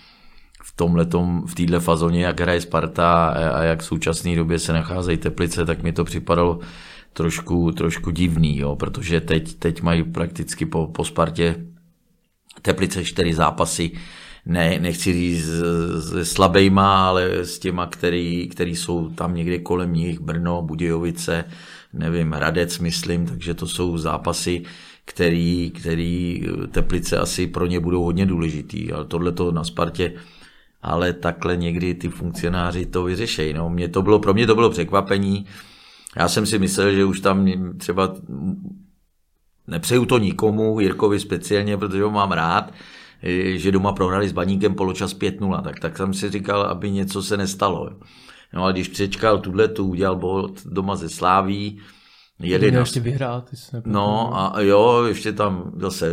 v téhle fazóně, jak hraje Sparta a jak v současné době se nacházejí Teplice, tak mi to připadalo trošku divný, jo, protože teď mají prakticky po Spartě Teplice 4 zápasy, nechci říct se slabejma, ale s těma, který jsou tam někde kolem nich, Brno, Budějovice, nevím, Hradec, myslím, takže to jsou zápasy, který Teplice asi pro ně budou hodně důležitý, ale tohleto na Spartě, ale takhle někdy ty funkcionáři to vyřešejí. No, pro mě to bylo překvapení, já jsem si myslel, že už tam třeba nepřeju to nikomu, Jirkovi speciálně, protože ho mám rád, že doma prohrali s Baníkem poločas 5-0, tak jsem si říkal, aby něco se nestalo. No a když přečkal tuhletu, udělal bod doma ze Sláví, jeli na... ještě vyhrát. No a jo, ještě tam zase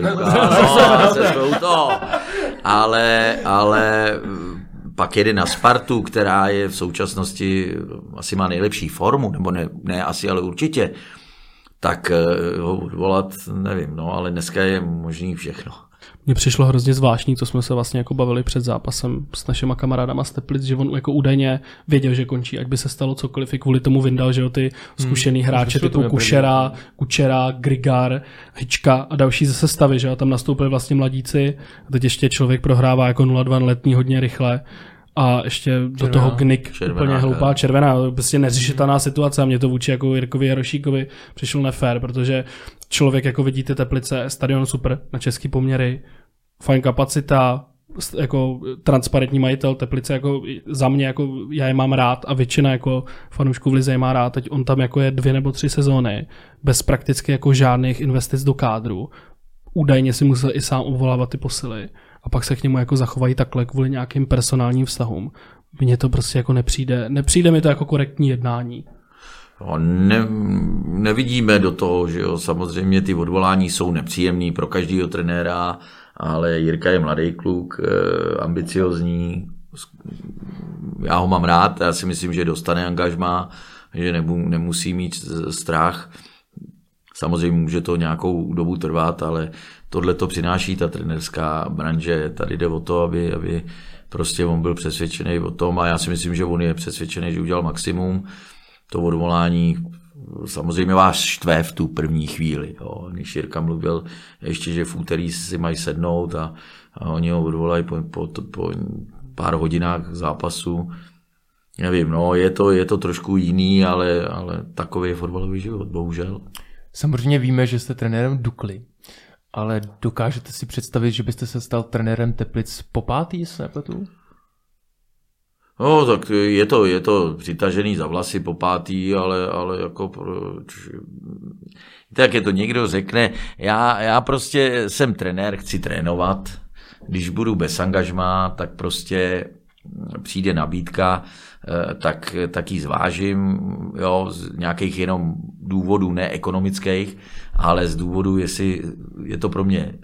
ale pak jede na Spartu, která je v současnosti, asi má nejlepší formu, nebo ne asi, ale určitě, tak ho odvolat, nevím, no, ale dneska je možný všechno. Mně přišlo hrozně zvláštní, co jsme se vlastně jako bavili před zápasem s našima kamarádama z Teplic, že on jako údajně věděl, že končí, ať by se stalo cokoliv, i kvůli tomu vyndal, že jo, ty zkušený hráče typu Kučera, Grigar, Hyčka a další ze sestavy, že jo, tam nastoupili vlastně mladíci a teď ještě člověk prohrává jako 0-2 letní hodně rychle. A ještě do toho Gnik, úplně hloupá červená, prostě neřešitelná situace a mě to vůči jako Jirkovi Jarošíkovi přišlo nefér, protože člověk, jako vidíte Teplice, stadion super, na český poměry, fajn kapacita, jako transparentní majitel Teplice, jako za mě, jako já je mám rád a většina jako fanoušků v lize je má rád, teď on tam jako je 2 nebo 3 sezóny, bez prakticky jako žádných investic do kádru, údajně si musel i sám obvolávat ty posily. A pak se k němu jako zachovají takhle kvůli nějakým personálním vztahům. Mně to prostě jako nepřijde mi to jako korektní jednání. No, nevidíme do toho, že jo, samozřejmě ty odvolání jsou nepříjemný pro každého trenéra, ale Jirka je mladý kluk, ambiciozní, já ho mám rád, já si myslím, že dostane angažmá, že nemusí mít strach. Samozřejmě může to nějakou dobu trvat, ale tohle to přináší ta trenerská branže. Tady jde o to, aby prostě on byl přesvědčený o tom a já si myslím, že on je přesvědčený, že udělal maximum. To odvolání samozřejmě vás štve v tu první chvíli. Jo. Když Jirka mluvil ještě, že v úterý si mají sednout a oni ho odvolají po pár hodinách zápasu. Nevím, no, je to trošku jiný, ale takový je fotbalový život, bohužel. Samozřejmě víme, že jste trenérem Dukly, ale dokážete si představit, že byste se stal trenérem Teplic po pátý, jestli nepletu? No, tak je to přitažený za vlasy po pátý, ale jako tak je to někdo řekne, já prostě jsem trenér, chci trénovat, když budu bez angažmá, tak prostě přijde nabídka, tak ji zvážím, jo, z nějakých jenom důvodů, ne ekonomických, ale z důvodu, jestli je to pro mě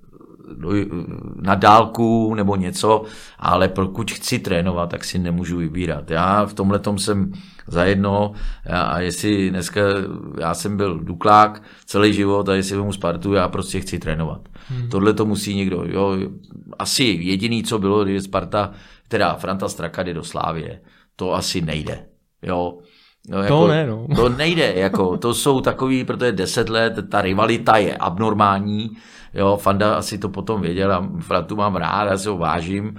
na dálku nebo něco, ale pokud chci trénovat, tak si nemůžu vybírat. Já v tomhletom jsem zajedno a jestli dneska já jsem byl Duklák celý život a jestli vemu Spartu, já prostě chci trénovat. Tohle to musí někdo, jo, asi jediný, co bylo, když Sparta, teda Franta Straka jde do Slávie, to asi nejde, jo. No, jako, to nejde, jako, to jsou takový, protože 10 let, ta rivalita je abnormální, jo, Fanda asi to potom věděl a Frantu mám rád, já si ho vážím,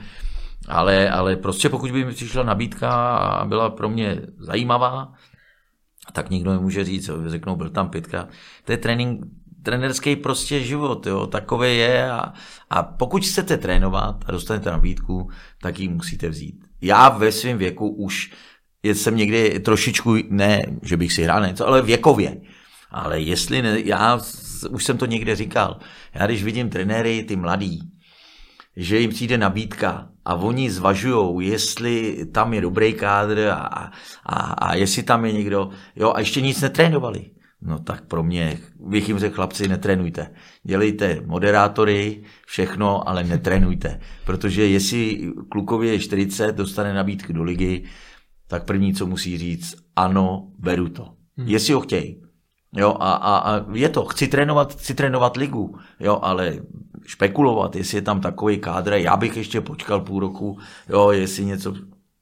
ale prostě pokud by mi přišla nabídka a byla pro mě zajímavá, tak nikdo nemůže říct, řeknou, byl tam 5. To je trenerský prostě život, jo, takové je a pokud chcete trénovat a dostanete nabídku, tak ji musíte vzít. Já ve svém věku už jsem někdy trošičku, ne, že bych si hrál něco, ale věkově. Ale jestli ne, já už jsem to někde říkal, já když vidím trenéry, ty mladý, že jim přijde nabídka a oni zvažujou, jestli tam je dobrý kádr a jestli tam je někdo, jo, a ještě nic netrénovali. No tak pro mě, bych jim řekl, chlapci, netrénujte. Dělejte moderátory, všechno, ale netrénujte. Protože jestli klukovi je 40, dostane nabídku do ligy, tak první, co musí říct, ano, beru to. Jestli ho chtějí. Jo, a je to, chci trénovat ligu, jo, ale špekulovat, jestli je tam takový kádr, já bych ještě počkal půl roku, jo, jestli něco...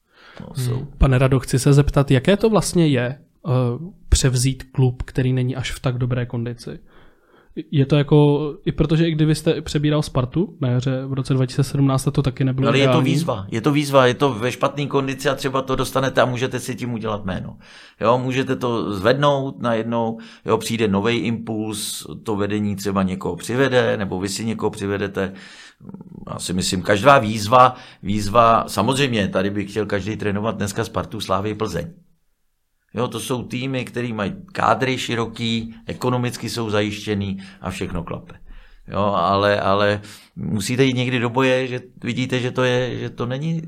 No, Pane Rado, chci se zeptat, jaké to vlastně je převzít klub, který není až v tak dobré kondici? Je to jako, i protože i kdyby jste přebíral Spartu na jaře v roce 2017, to taky nebylo ale ideální. je to výzva, je to ve špatné kondici a třeba to dostanete a můžete si tím udělat jméno. Jo, můžete to zvednout najednou, jo, přijde nový impuls, to vedení třeba někoho přivede, nebo vy si někoho přivedete. Já si myslím, každá výzva, samozřejmě tady bych chtěl každý trénovat dneska Spartu, Slávy, Plzeň. Jo, to jsou týmy, které mají kádry široký, ekonomicky jsou zajištěný a všechno klape. Jo, ale musíte jít někdy do boje, že vidíte, že to není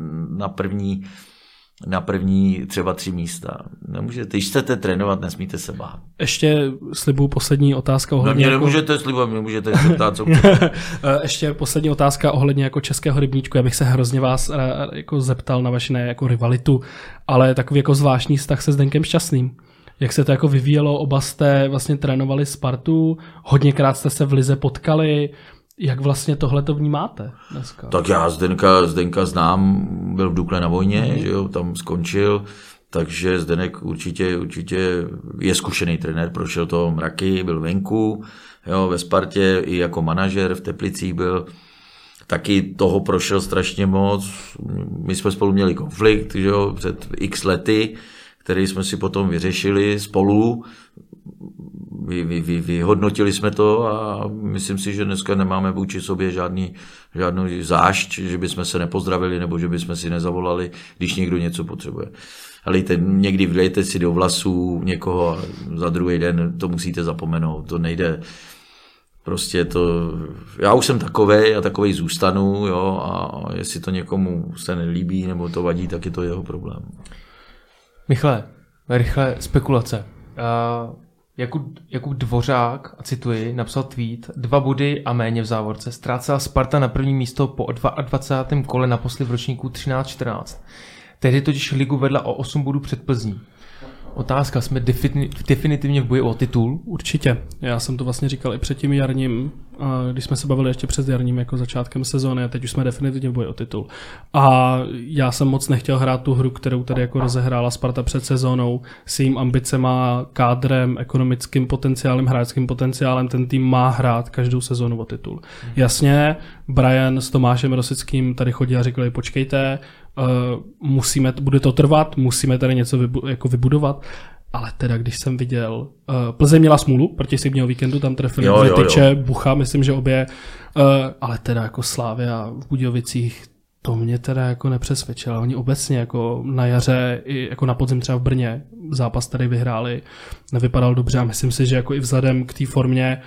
na první třeba 3 místa. Nemůžete, když chcete trénovat, nesmíte se bát. Ještě slibuju poslední otázka ohledně... No, nemůžete slibovat, nemůžete se ptát, co Ještě poslední otázka ohledně jako českého rybníčku. Já bych se hrozně vás jako zeptal na vaši jako rivalitu, ale takový jako zvláštní vztah se Zdenkem Šťastným. Jak se to jako vyvíjelo? Oba jste vlastně trénovali Spartu, hodněkrát jste se v lize potkali. Jak vlastně tohle to vnímáte dneska? Tak já Zdenka znám, byl v Dukle na vojně, že jo, tam skončil, takže Zdenek určitě je zkušený trenér, prošel to mraky, byl venku, jo, ve Spartě i jako manažer v Teplicích byl, taky toho prošel strašně moc. My jsme spolu měli konflikt, že jo, před x lety, který jsme si potom vyřešili spolu. Vyhodnotili jsme to a myslím si, že dneska nemáme vůči sobě žádnou zášť, že bychom se nepozdravili nebo že bychom si nezavolali, když někdo něco potřebuje. Ale někdy vlejte si do vlasů někoho a za druhý den to musíte zapomenout, to nejde. Prostě to, já už jsem takovej a takovej zůstanu, jo, a jestli to někomu se nelíbí nebo to vadí, tak je to jeho problém. Michale, rychle spekulace. Jakub Dvořák, a cituji, napsal tweet: 2 body a méně v závorce. Ztrácela Sparta na první místo po 22. kole naposledy v ročníku 13-14. Tehdy totiž ligu vedla o 8 bodů před Plzní. Otázka, jsme definitivně v boji o titul? Určitě. Já jsem to vlastně říkal i před tím jarním, když jsme se bavili ještě před jarním jako začátkem sezóny a teď už jsme definitivně v boji o titul. A já jsem moc nechtěl hrát tu hru, kterou tady jako rozehrála Sparta před sezónou s jejím ambicema, kádrem, ekonomickým potenciálem, hráčským potenciálem. Ten tým má hrát každou sezónu o titul. Jasně, Brian s Tomášem Rosickým tady chodí a říkali, počkejte, bude to trvat, musíme tady něco vybudovat, ale teda když jsem viděl, Plzeň měla smůlu, proti Sibního víkendu, tam trefili dvě tyče, Bucha, myslím, že obě, ale teda jako Slavia v Budějovicích, to mě teda jako nepřesvědčilo. Oni obecně jako na jaře i jako na podzim třeba v Brně zápas tady vyhráli, nevypadal dobře a myslím si, že jako i vzhledem k té formě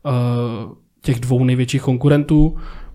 těch dvou největších konkurentů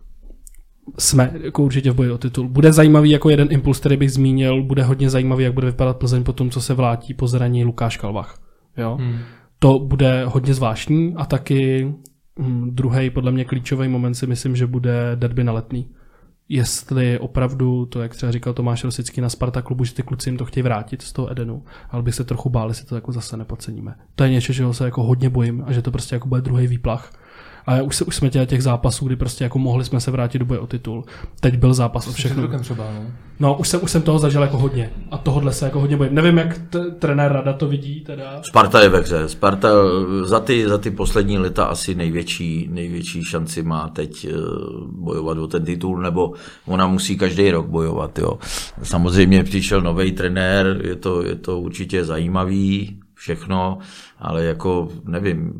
jsme jako určitě v boji o titul. Bude zajímavý jako jeden impuls, který bych zmínil, bude hodně zajímavý, jak bude vypadat Plzeň po tom, co se vrátí po zranění Lukáš Kalvach. Jo? To bude hodně zvláštní a taky druhý podle mě klíčový moment si myslím, že bude derby na Letný. Jestli opravdu to, jak třeba říkal Tomáš Rosický na Sparta klubu, že ty kluci jim to chtějí vrátit z toho Edenu, ale bych se trochu bál, jestli to jako zase nepodceníme. To je něco, čeho se jako hodně bojím a že to prostě jako bude druhý výplach. A už jsme těch zápasů, kdy prostě jako mohli jsme se vrátit do boje o titul. Teď byl zápas o všechno. No, už jsem toho zažil jako hodně. A tohodle se jako hodně bojím. Nevím, jak trenér Rada to vidí teda. Sparta je ve hře. Sparta za ty poslední léta asi největší šanci má teď bojovat o ten titul, nebo ona musí každý rok bojovat. Jo. Samozřejmě přišel nový trenér, je to určitě zajímavý, všechno, ale jako nevím,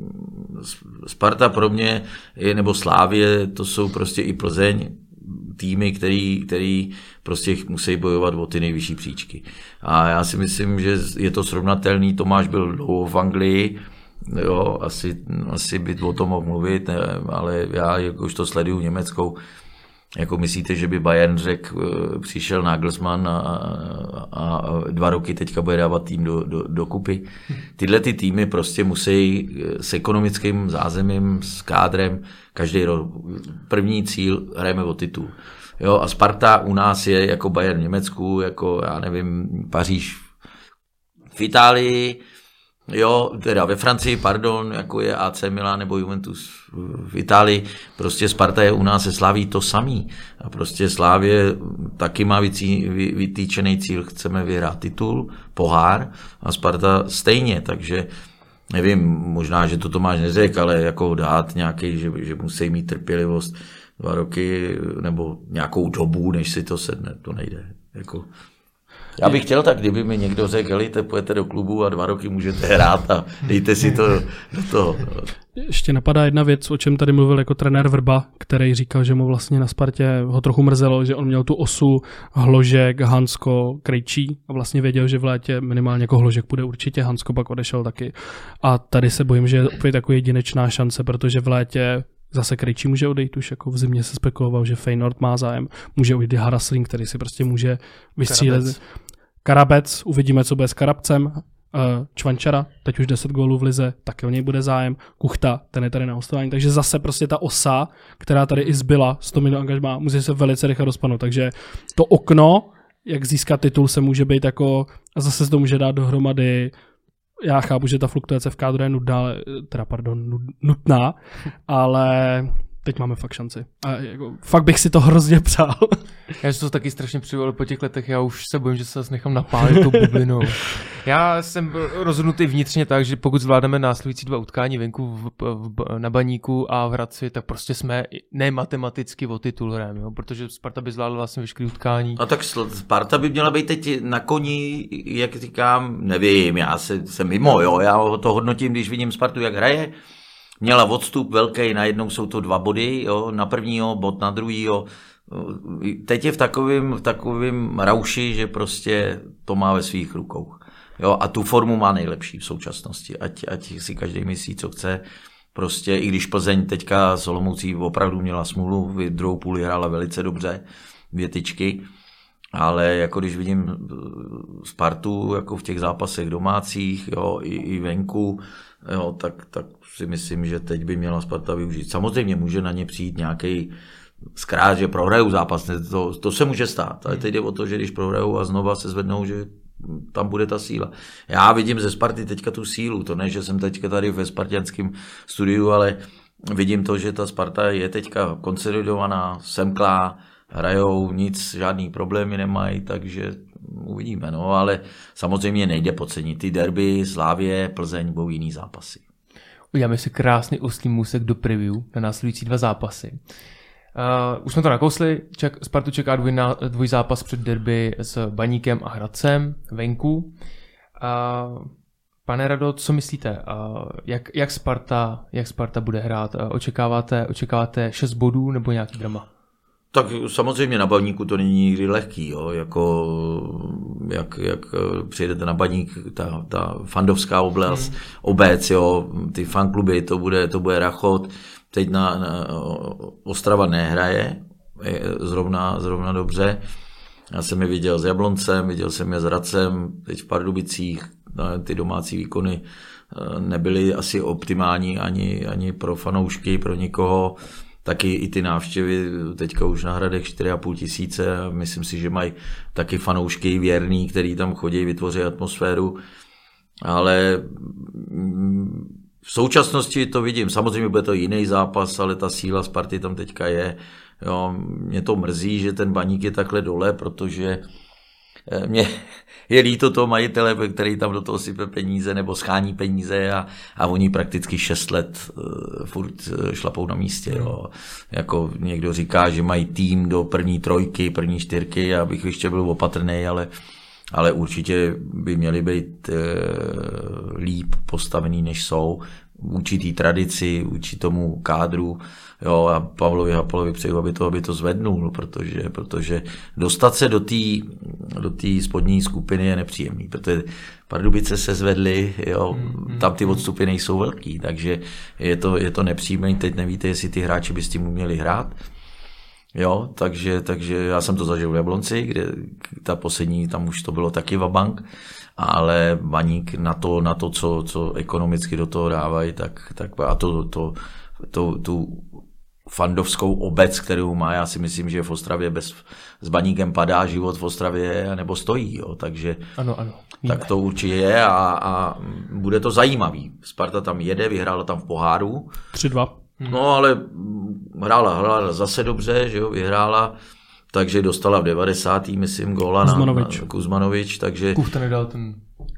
Sparta pro mě nebo Slávie, to jsou prostě i Plzeň, týmy, který prostě musí bojovat o ty nejvyšší příčky. A já si myslím, že je to srovnatelný. Tomáš byl dlouho v Anglii, jo, asi by o tom mohl mluvit, ale já už to sleduju Německou. Jako myslíte, že by Bayern přišel Nagelsmann a 2 roky teďka bude dávat tým do kupy? Tyhle ty týmy prostě musí s ekonomickým zázemím, s kádrem, každý rok. První cíl, hrajeme o titul. Jo, a Sparta u nás je jako Bayern v Německu, jako já nevím, Paříž v Itálii, jo, teda ve Francii, pardon, jako je AC Milan nebo Juventus v Itálii, prostě Sparta je u nás se Slaví to samý. A prostě Slávě taky má vytýčený cíl, chceme vyhrát titul, pohár a Sparta stejně, takže nevím, možná, že to Tomáš neřekl, ale jako dát nějaký, že musí mít trpělivost 2 roky nebo nějakou dobu, než si to sedne, to nejde. Jako. Já bych chtěl tak, kdyby mi někdo řekl, helejte, pojďte do klubu a 2 roky můžete hrát a dejte si to do toho. Ještě napadá jedna věc, o čem tady mluvil jako trenér Vrba, který říkal, že mu vlastně na Spartě ho trochu mrzelo, že on měl tu osu Hložek, Hansko, Krejčí a vlastně věděl, že v létě minimálně jako Hložek půjde určitě, Hansko pak odešel taky. A tady se bojím, že je opět taková jedinečná šance, protože v létě zase Krejčí může odejít, už jako v zimě se spekuloval, že Feyenoord má zájem, může odejít Harasling, který si prostě může vystřílet. Karabec, uvidíme, co bude s Karabcem. Čvančara, teď už 10 gólů v lize, taky o něj bude zájem. Kuchta, ten je tady na hostování, takže zase prostě ta osa, která tady i zbyla, 100 minut angažmá, musí se velice rychle rozpadnout, takže to okno, jak získat titul, se může být jako, a zase se to může dát dohromady. Já chápu, že ta fluktuace v kádru je nutná, ale teď máme fakt šanci. A jako, fakt bych si to hrozně přál. Já si to taky strašně přijel po těch letech, já už se bojím, že se nechám napálit tou bublinou. Já jsem rozhodnutý vnitřně tak, že pokud zvládneme následující 2 utkání venku na Baníku a v Hradci, tak prostě jsme ne matematicky o titul hrajeme, jo? Protože Sparta by zvládla vlastně veškeré utkání. A tak Sparta by měla být teď na koni, jak říkám, nevím, já jsem mimo, jo? Já to hodnotím, když vidím Spartu, jak hraje. Měla odstup velký, najednou jsou to 2 body, jo, na prvního, bod na druhýho. Teď je v takovým rauši, že prostě to má ve svých rukou. Jo, a tu formu má nejlepší v současnosti, ať si každý myslí, co chce. Prostě i když Plzeň teďka s Olomoucí opravdu měla smůlu, v druhou půli hrála velice dobře, 2 tyčky, ale jako když vidím Spartu jako v těch zápasech domácích, jo, i venku, jo, tak si myslím, že teď by měla Sparta využít. Samozřejmě může na ně přijít nějaký zkrát, že prohrajou zápas, to se může stát, ale teď jde o to, že když prohrajou a znova se zvednou, že tam bude ta síla. Já vidím ze Sparty teďka tu sílu, to ne, že jsem teďka tady ve spartianském studiu, ale vidím to, že ta Sparta je teďka konsolidovaná, semklá, hrajou, nic, žádný problémy nemají, takže uvidíme, no, ale samozřejmě nejde podcenit ty derby, Slavie, Plzeň, budou jiný zápasy. Uděláme si krásný oslý můstek do preview na následující 2 zápasy. Už jsme to nakousli, Spartu čeká dvojzápas před derby s Baníkem a Hradcem venku. Pane Rado, co myslíte? Jak Sparta bude hrát? Očekáváte 6 bodů nebo nějaký drama? Tak samozřejmě na Baníku to není nikdy lehký, jo? Jak přijedete na Baník, ta fandovská obec, jo? Ty fankluby, to bude rachot. Teď na Ostrava nehraje zrovna dobře. Já jsem je viděl s Jabloncem, viděl jsem je s Hradcem, teď v Pardubicích. Ty domácí výkony nebyly asi optimální ani pro fanoušky, pro nikoho. Taky i ty návštěvy teďka už na Hradech 4,5 tisíce. Myslím si, že mají taky fanoušky věrný, který tam chodí, vytvoří atmosféru. Ale v současnosti to vidím. Samozřejmě bude to jiný zápas, ale ta síla Sparty tam teďka je. Jo, mě to mrzí, že ten Baník je takhle dole, protože mě je líto toho majitele, který tam do toho sype peníze nebo schání peníze a oni prakticky 6 let furt šlapou na místě. Jo. Jako někdo říká, že mají tým do první 3, první 4, já bych ještě byl opatrný, ale určitě by měli být líp postavený, než jsou. Určitý tradici, vůči tomu kádru. Jo, a Pavlovi Hapalovi přeju, aby to zvednul, protože dostat se do té spodní skupiny je nepříjemný, protože Pardubice se zvedly, jo, tam ty odstupy nejsou velký, takže je to nepříjemný, teď nevíte, jestli ty hráči by s tím uměli hrát. Jo, takže já jsem to zažil v Jablonci, kde ta poslední, tam už to bylo taky vabank, ale Baník na to, co ekonomicky do toho dávají, tak a tu fandovskou obec, kterou má, já si myslím, že v Ostravě s Baníkem padá život v Ostravě nebo stojí, jo, takže ano. Tak to určitě je a bude to zajímavý. Sparta tam jede, vyhrála tam v poháru. 3-2. No, ale hrála zase dobře, že jo, vyhrála, takže dostala v 90. myslím góla na Kuzmanovič, takže Kufta nedal ten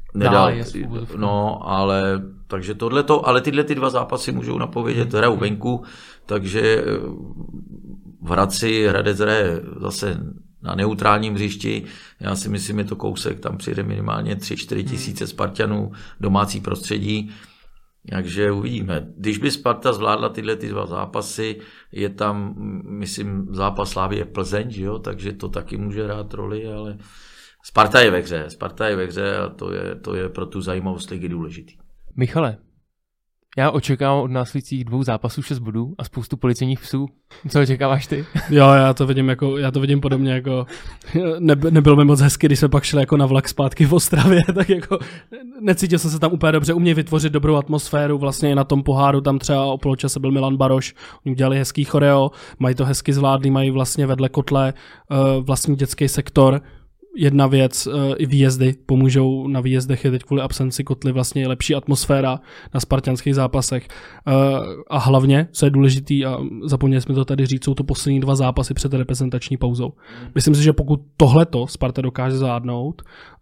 no, ale takže tohleto, ale tyhle 2 zápasy můžou napovědět, hrajou venku, takže v Hradec hraje zase na neutrálním hřišti, já si myslím, je to kousek, tam přijde minimálně 3-4 tisíce Spartanů, domácí prostředí, takže uvidíme. Když by Sparta zvládla tyhle 2 zápasy, je tam, myslím, zápas Slavie Plzeň, že jo? Takže to taky může hrát roli, ale Sparta je ve hře a to je pro tu zajímavost ligy důležitý. Michale, já očekávám od následujících 2 zápasů 6 bodů a spoustu policejních psů. Co očekáváš ty? Jo, já to vidím podobně jako nebylo mi moc hezky, když jsme pak šli jako na vlak zpátky v Ostravě, tak jako necítil jsem se tam úplně dobře, umějí vytvořit dobrou atmosféru, vlastně i na tom poháru, tam třeba o poločase byl Milan Baroš, oni udělali hezký choreo, mají to hezky zvládli, mají vlastně vedle kotle vlastní dětský sektor. Jedna věc, i výjezdy pomůžou, na výjezdech je teď kvůli absenci kotly vlastně lepší atmosféra na spartanských zápasech a hlavně, co je důležitý a zapomněli jsme to tady říct, jsou to poslední 2 zápasy před reprezentační pauzou. Myslím si, že pokud tohleto Sparta dokáže zvládnout,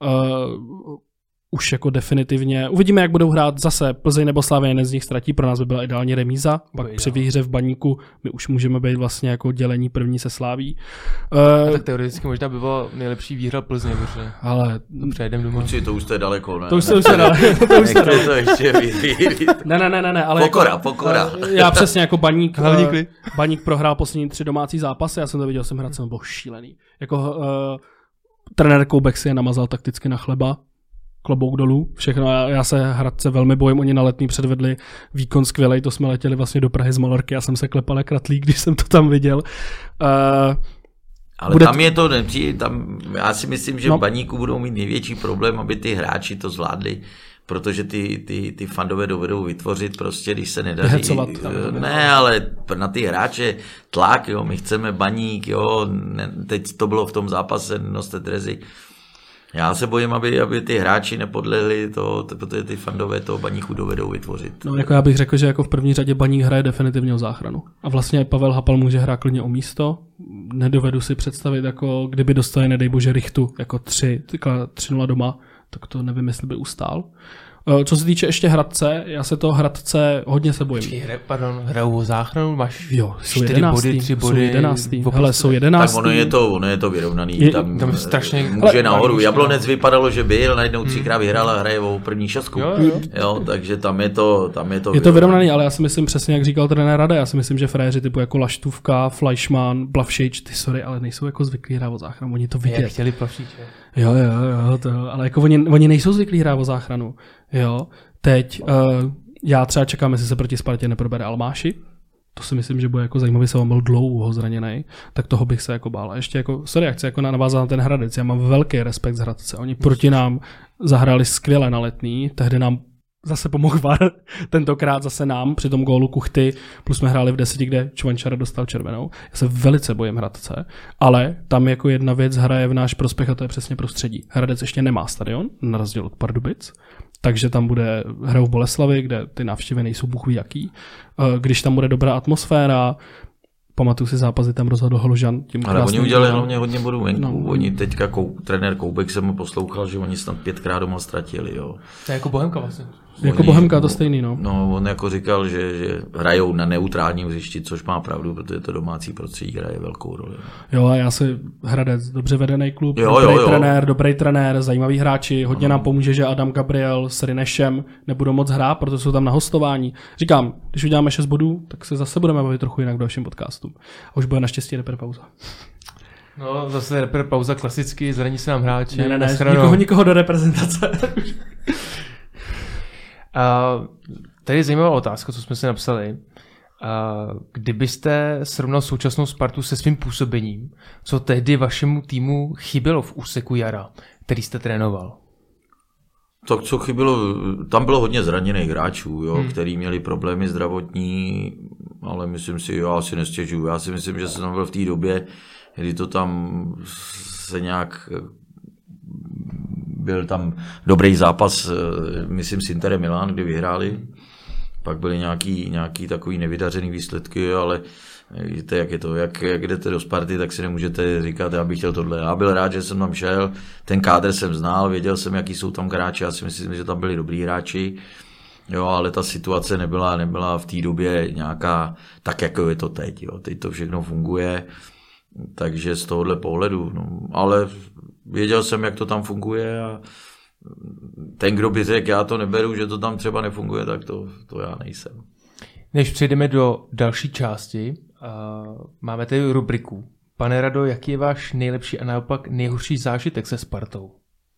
už jako definitivně. Uvidíme, jak budou hrát zase Plzeň nebo Slavie, jeden z nich ztratí, pro nás by byla ideální remíza, pak při výhře v Baníku my už můžeme být vlastně jako dělení první se Slaví. Tak teoreticky možná by byla nejlepší výhra Plzně, protože ale přejdeme domů. To už to je daleko, ne? To už je daleko. To ještě Ne, ale pokora. Já přesně jako Baník prohrál poslední 3 domácí zápasy, já jsem to viděl, jsem hrát, jsem byl šílený. Jako trenér Koubek si je namazal takticky na chleba. Klobouk dolů, všechno. Já se Hradce velmi bojím, oni na Letný předvedli výkon skvělej, to jsme letěli vlastně do Prahy z Malorky, já jsem se klepal jak ratlík, když jsem to tam viděl. Ale tam je to, já si myslím, že v Baníku budou mít největší problém, aby ty hráči to zvládli, protože ty fandové dovedou vytvořit prostě, když se nedaří. Ne, ale na ty hráče tlak, jo, my chceme Baník, jo, teď to bylo v tom zápase Nosté Trezy. Já se bojím, aby ty hráči nepodlehli, protože ty fandové toho Baníku dovedou vytvořit. No, jako já bych řekl, že jako v první řadě Baník hraje definitivně o záchranu. A vlastně Pavel Hapal může hrát klidně o místo. Nedovedu si představit, jako kdyby dostali, nedej bože, Richtu jako 3-0 doma, tak to nevím, jestli by ustál. Co se týče ještě Hradce, já se toho Hradce hodně se bojím. Hrajou o záchranu, máš jo, 4 body, 3 body. Jsou 11. Hele, jsou 11. Tak ono je to vyrovnaný. Tam strašně může nahoru. Jablonec vypadalo, že byl, najednou 3krát vyhrál a hraje o první 6. Jo, takže tam je to Je to vyrovnaný, ale já si myslím přesně, jak říkal trenér Rada, já si myslím, že frajeři typu jako Laštůvka, Fleischmann, Blavšič, ty sorry, ale nejsou jako zvyklí hrát o záchranu, oni to vidět. Chtěli Plavšiče. Jo, ale jako oni nejsou zvyklí hrát o záchranu. Jo, teď já třeba čekám, jestli se proti Spartě neprobere Almáši. To si myslím, že bude jako zajímavý, se on byl dlouho zraněný, tak toho bych se jako bál. A ještě jako, sorry, já chci jako navázat na ten Hradec. Já mám velký respekt z Hradce. Oni proti nám zahráli skvěle na Letný, tehdy nám zase pomohl VAR, tentokrát zase nám při tom gólu Kuchty, plus jsme hráli v 10, kde Čvančara dostal červenou. Já se velice bojím Hradce, ale tam jako jedna věc hraje v náš prospěch a to je přesně prostředí. Hradec ještě nemá stadion, na rozdíl od Pardubic, takže tam bude hrou v Boleslavi, kde ty návštěvy nejsou bůh ví jaký. Když tam bude dobrá atmosféra, pamatuju si zápasy, tam rozhodl Holožan. Ale oni udělali hlavně hodně bodů venku. No. Oni teďka, trenér Koubek jsem mu poslouchal, že oni snad 5krát doma ztratili. Jo. To je jako Bohemka vlastně. Jako Bohemka to stejný, no. No, on jako říkal, že hrajou na neutrálním hřišti, což má pravdu, protože to domácí prostředí hraje velkou roli. Jo, a já si Hradec, dobře vedený klub, dobrý trenér, zajímavý hráči, hodně nám pomůže, že Adam Gabriel s Rinešem nebudou moc hrát, protože jsou tam na hostování. Říkám, když uděláme 6 bodů, tak se zase budeme bavit trochu jinak v dalším podcastu. A už bude naštěstí reper pauza. No, zase reper pauza klasicky, zraní se nám hráči. Ne, nikoho do reprezentace. Tady je zajímavá otázka, co jsme si napsali. Kdybyste srovnal současnou Spartu se svým působením, co tehdy vašemu týmu chybělo v úseku jara, který jste trénoval? Tak co chybělo, tam bylo hodně zraněných hráčů, jo, který měli problémy zdravotní, ale myslím si, já si nestěžuju. Já si myslím, že jsem tam byl v té době, kdy to tam se nějak... Byl tam dobrý zápas, myslím, s Interem Milan, kdy vyhráli. Pak byly nějaký takový nevydařený výsledky, ale víte, jak je to. Jak jdete do Sparty, tak si nemůžete říkat, já bych chtěl tohle. Já byl rád, že jsem tam šel, ten kádr jsem znal, věděl jsem, jaký jsou tam hráči, já si myslím, že tam byli dobrý hráči. Jo, ale ta situace nebyla v té době nějaká tak, jako je to teď. Jo. Teď to všechno funguje, takže z tohohle pohledu. No, ale věděl jsem, jak to tam funguje a ten, kdo by řekl, já to neberu, že to tam třeba nefunguje, tak to já nejsem. Než přejdeme do další části, máme tady rubriku. Pane Rado, jaký je váš nejlepší a naopak nejhorší zážitek se Spartou?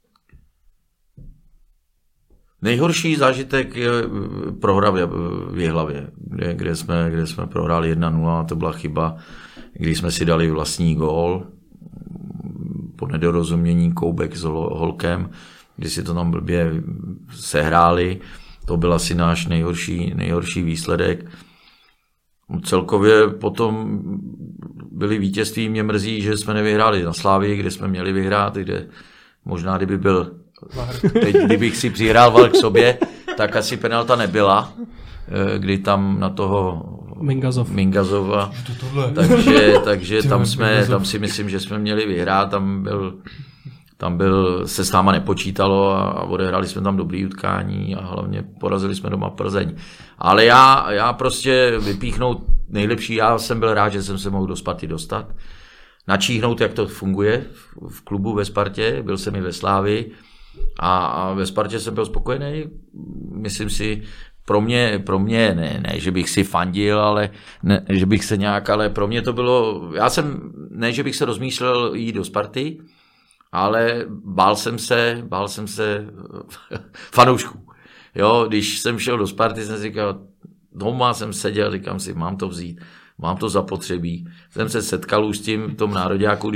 Nejhorší zážitek je prohra v Jihlavě, kde jsme prohráli 1-0, to byla chyba, když jsme si dali vlastní gól po nedorozumění Koubek s Holkem, když si to tam blbě sehráli, to byl asi náš nejhorší výsledek. Celkově potom byly vítězství, mě mrzí, že jsme nevyhráli na Slávii, kde jsme měli vyhrát, kde možná kdyby byl, teď kdybych si přihrál VAR k sobě, tak asi penalta nebyla, kdy tam na toho Mingazova, takže tam si myslím, že jsme měli vyhrát, tam se s náma nepočítalo a odehráli jsme tam dobrý utkání a hlavně porazili jsme doma Plzeň. Ale já prostě vypíchnout nejlepší, já jsem byl rád, že jsem se mohl do Sparty dostat, načíhnout, jak to funguje v klubu ve Spartě, byl jsem i ve Slávii a ve Spartě jsem byl spokojený, myslím si, pro mě ne, že bych si fandil, ale ne, že bych se nějak, ale pro mě to bylo, ne, že bych se rozmýšlel jít do Sparty, ale bál jsem se fanoušků. Jo, když jsem šel do Sparty, jsem si říkal, doma jsem seděl, říkám si, mám to vzít, mám to zapotřebí. Jsem se setkal už s tím v tom nároďáku,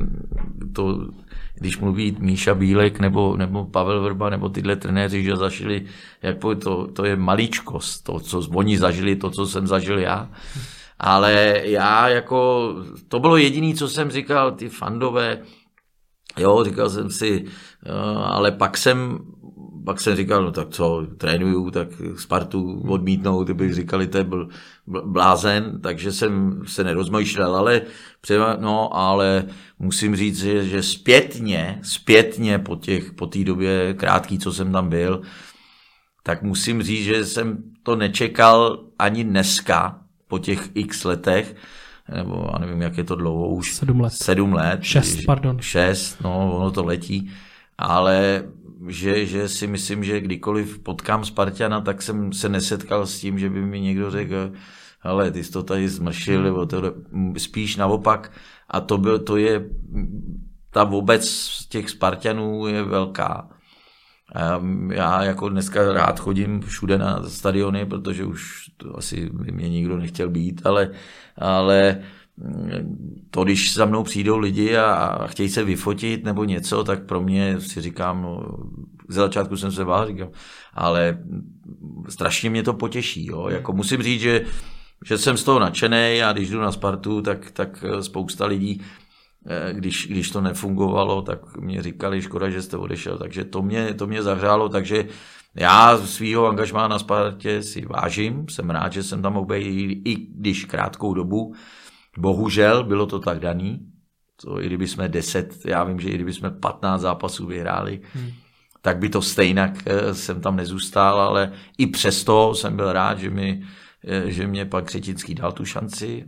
když mluví Míša Bílek nebo Pavel Vrba nebo tyhle trenéři, že zažili, jak to je maličkost, to, co oni zažili, to, co jsem zažil já. Ale já to bylo jediné, co jsem říkal, ty fandové, Jo, říkal jsem si, ale pak jsem říkal, no tak co, trénuju, tak Spartu odmítnou, ty bych říkali, to je blázen, takže jsem se nerozmýšlel, ale musím říct, že zpětně po té době krátký, co jsem tam byl, tak musím říct, že jsem to nečekal ani dneska, po těch x letech, nebo já nevím, jak je to dlouho už. 7 let. 6, no, ono to letí. Ale že si myslím, že kdykoliv potkám Spartana, tak jsem se nesetkal s tím, že by mi někdo řekl, hele, ty jsi to tady zmršil, nebo to, spíš naopak. A to je, ta obec těch Spartanů je velká. Já jako dneska rád chodím všude na stadiony, protože už to asi by mě nikdo nechtěl být, ale to, když za mnou přijdou lidi a chtějí se vyfotit nebo něco, tak pro mě si říkám, no, z začátku jsem se bál, říkám, ale strašně mě to potěší. Jo? Jako musím říct, že jsem z toho nadšenej a když jdu na Spartu, tak spousta lidí, když to nefungovalo, tak mě říkali, škoda, že jste odešel, takže to mě zahřálo, takže já svýho angažmá na Spartě si vážím, jsem rád, že jsem tam mohl být, i když krátkou dobu, bohužel bylo to tak daný, i kdyby jsme 10, já vím, že i kdyby jsme 15 zápasů vyhráli, tak by to stejnak jsem tam nezůstal, ale i přesto jsem byl rád, že mě pan Křetinský dal tu šanci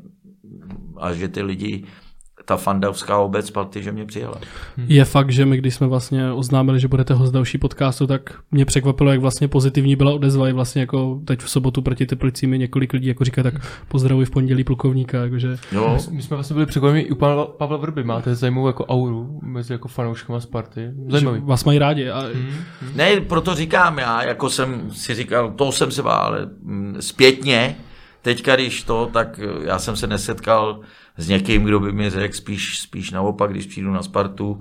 a že ty lidi, ta fandovská obec Sparty, že mě přijela. Je fakt, že my, když jsme vlastně oznámili, že budete host další podcastu, tak mě překvapilo, jak vlastně pozitivní byla odezva. I vlastně jako teď v sobotu proti Teplicím mi několik lidí jako říká, tak pozdravuji v pondělí plukovníka. Jakože... No. My jsme vlastně byli překvapeni i u Pavla Vrby. Máte zajímavou jako auru mezi jako fanouškama Sparty. Zajímavý. Že vás mají rádi. A... Ne, proto říkám, já jako jsem si říkal, to jsem se bál, ale zpětně, teďka když to, tak já jsem se nesetkal s někým, kdo by mi řekl spíš naopak, když přijdu na Spartu,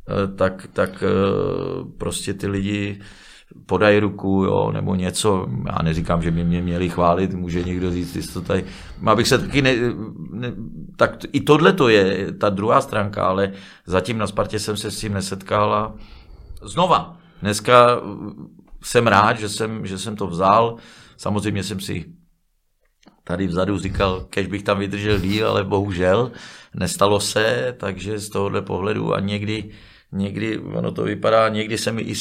tak prostě ty lidi podají ruku, jo, nebo něco. Já neříkám, že by mě měli chválit, může někdo říct, ty to tady... Abych se taky tak i tohle to je ta druhá stránka, ale zatím na Spartě jsem se s tím nesetkal a znova. Dneska jsem rád, že jsem to vzal. Samozřejmě jsem si tady vzadu říkal, kež bych tam vydržel díl, ale bohužel nestalo se, takže z tohohle pohledu a někdy ono to vypadá, někdy se mi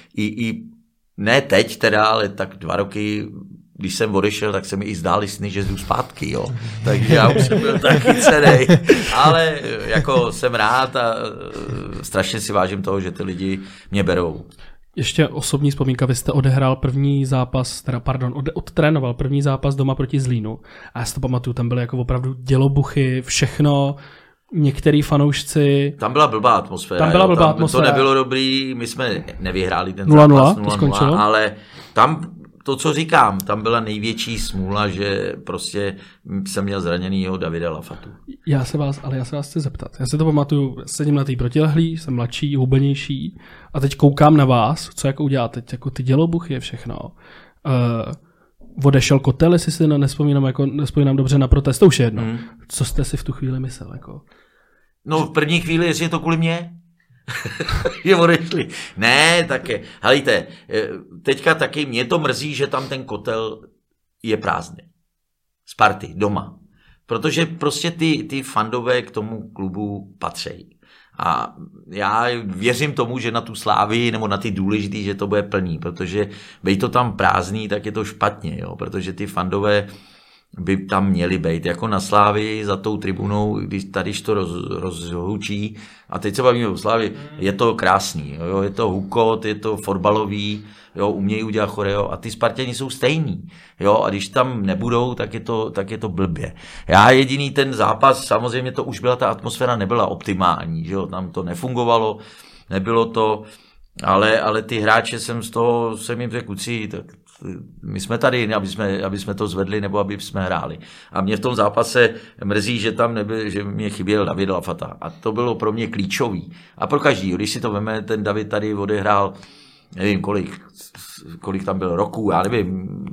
i ne teď teda, ale tak 2 roky, když jsem odešel, tak se mi i zdály sny, že jdu zpátky, jo. Takže já už jsem byl taky cenej, ale jako jsem rád a strašně si vážím toho, že ty lidi mě berou. Ještě osobní vzpomínka, vy jste odehrál první zápas, odtrénoval první zápas doma proti Zlínu a já si to pamatuju, tam byly jako opravdu dělobuchy, všechno, některý fanoušci... Tam byla blbá atmosféra. To nebylo dobrý, my jsme nevyhráli ten 0-0, zápas, to skončilo. Ale tam to, co říkám, tam byla největší smůla, že prostě jsem měl zraněnýho Davida Lafatu. Já se vás chci zeptat. Já si to pamatuju, sedím na té protilehlý, jsem mladší, hubenější a teď koukám na vás, co jako uděláte, jako ty dělobuchy je všechno. Odešel Kotel, jestli si nespomínám dobře na protest, to už je jedno. Co jste si v tu chvíli myslel? Jako? No v první chvíli, jestli je to kvůli mně, že odešli. Ne, také. Helejte, teďka taky mě to mrzí, že tam ten Kotel je prázdný. Sparty, doma. Protože prostě ty fandové k tomu klubu patří. A já věřím tomu, že na tu Slávii nebo na ty důležitý, že to bude plný, protože bejt to tam prázdný, tak je to špatně, jo? Protože ty fandové by tam měli být. Jako na Slávii za tou tribunou, když tady to rozhučí, a teď se bavíme o Slávii, je to krásný, jo? Je to hukot, je to fotbalový, jo? Umějí udělat choreo a ty Spartěni jsou stejní. Jo? A když tam nebudou, tak je to blbě. Já jediný ten zápas, samozřejmě to už byla, ta atmosféra nebyla optimální, že jo? Tam to nefungovalo, nebylo to, ale ty hráče jsem jim řekl, tak my jsme tady, aby jsme to zvedli nebo aby jsme hráli. A mě v tom zápase mrzí, že tam že mě chyběl David Lafata. A to bylo pro mě klíčový. A pro každý, když si to veme, ten David tady odehrál, nevím kolik tam bylo roků, já nevím,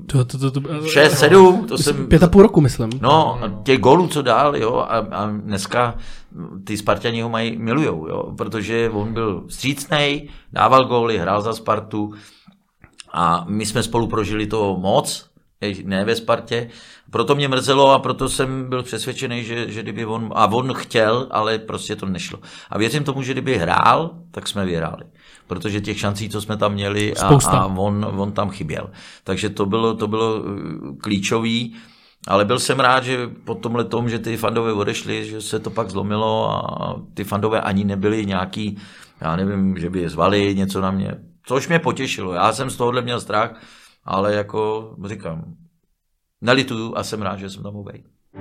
6, 7, to jsem... 5,5 roku, myslím. No, těch gólů, co dál, jo, a dneska ty Sparťani ho milujou, jo, protože on byl vstřícnej, dával góly, hrál za Spartu a my jsme spolu prožili to moc, ne ve Spartě, proto mě mrzelo a proto jsem byl přesvědčený, že kdyby on chtěl, ale prostě to nešlo. A věřím tomu, že kdyby hrál, tak jsme vyhráli. Protože těch šancí, co jsme tam měli a on tam chyběl. Takže to bylo klíčový, ale byl jsem rád, že po tomhle tom, že ty fandové odešli, že se to pak zlomilo a ty fandové ani nebyli nějaký, já nevím, že by je zvali něco na mě, což mě potěšilo. Já jsem z tohohle měl strach, ale jako říkám, nelituju a jsem rád, že jsem tam mohl být.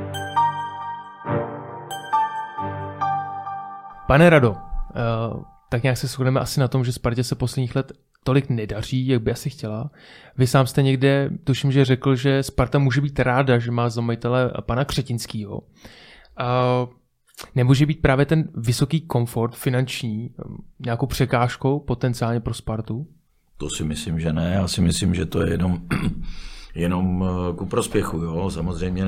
Pane Rado, tak nějak se shodneme asi na tom, že Spartě se posledních let tolik nedaří, jak by asi chtěla. Vy sám jste někde, tuším, že řekl, že Sparta může být ráda, že má za majitele pana Křetinskýho. Nemůže být právě ten vysoký komfort finanční nějakou překážkou potenciálně pro Spartu? To si myslím, že ne. Já si myslím, že to je jenom ku prospěchu. Jo? Samozřejmě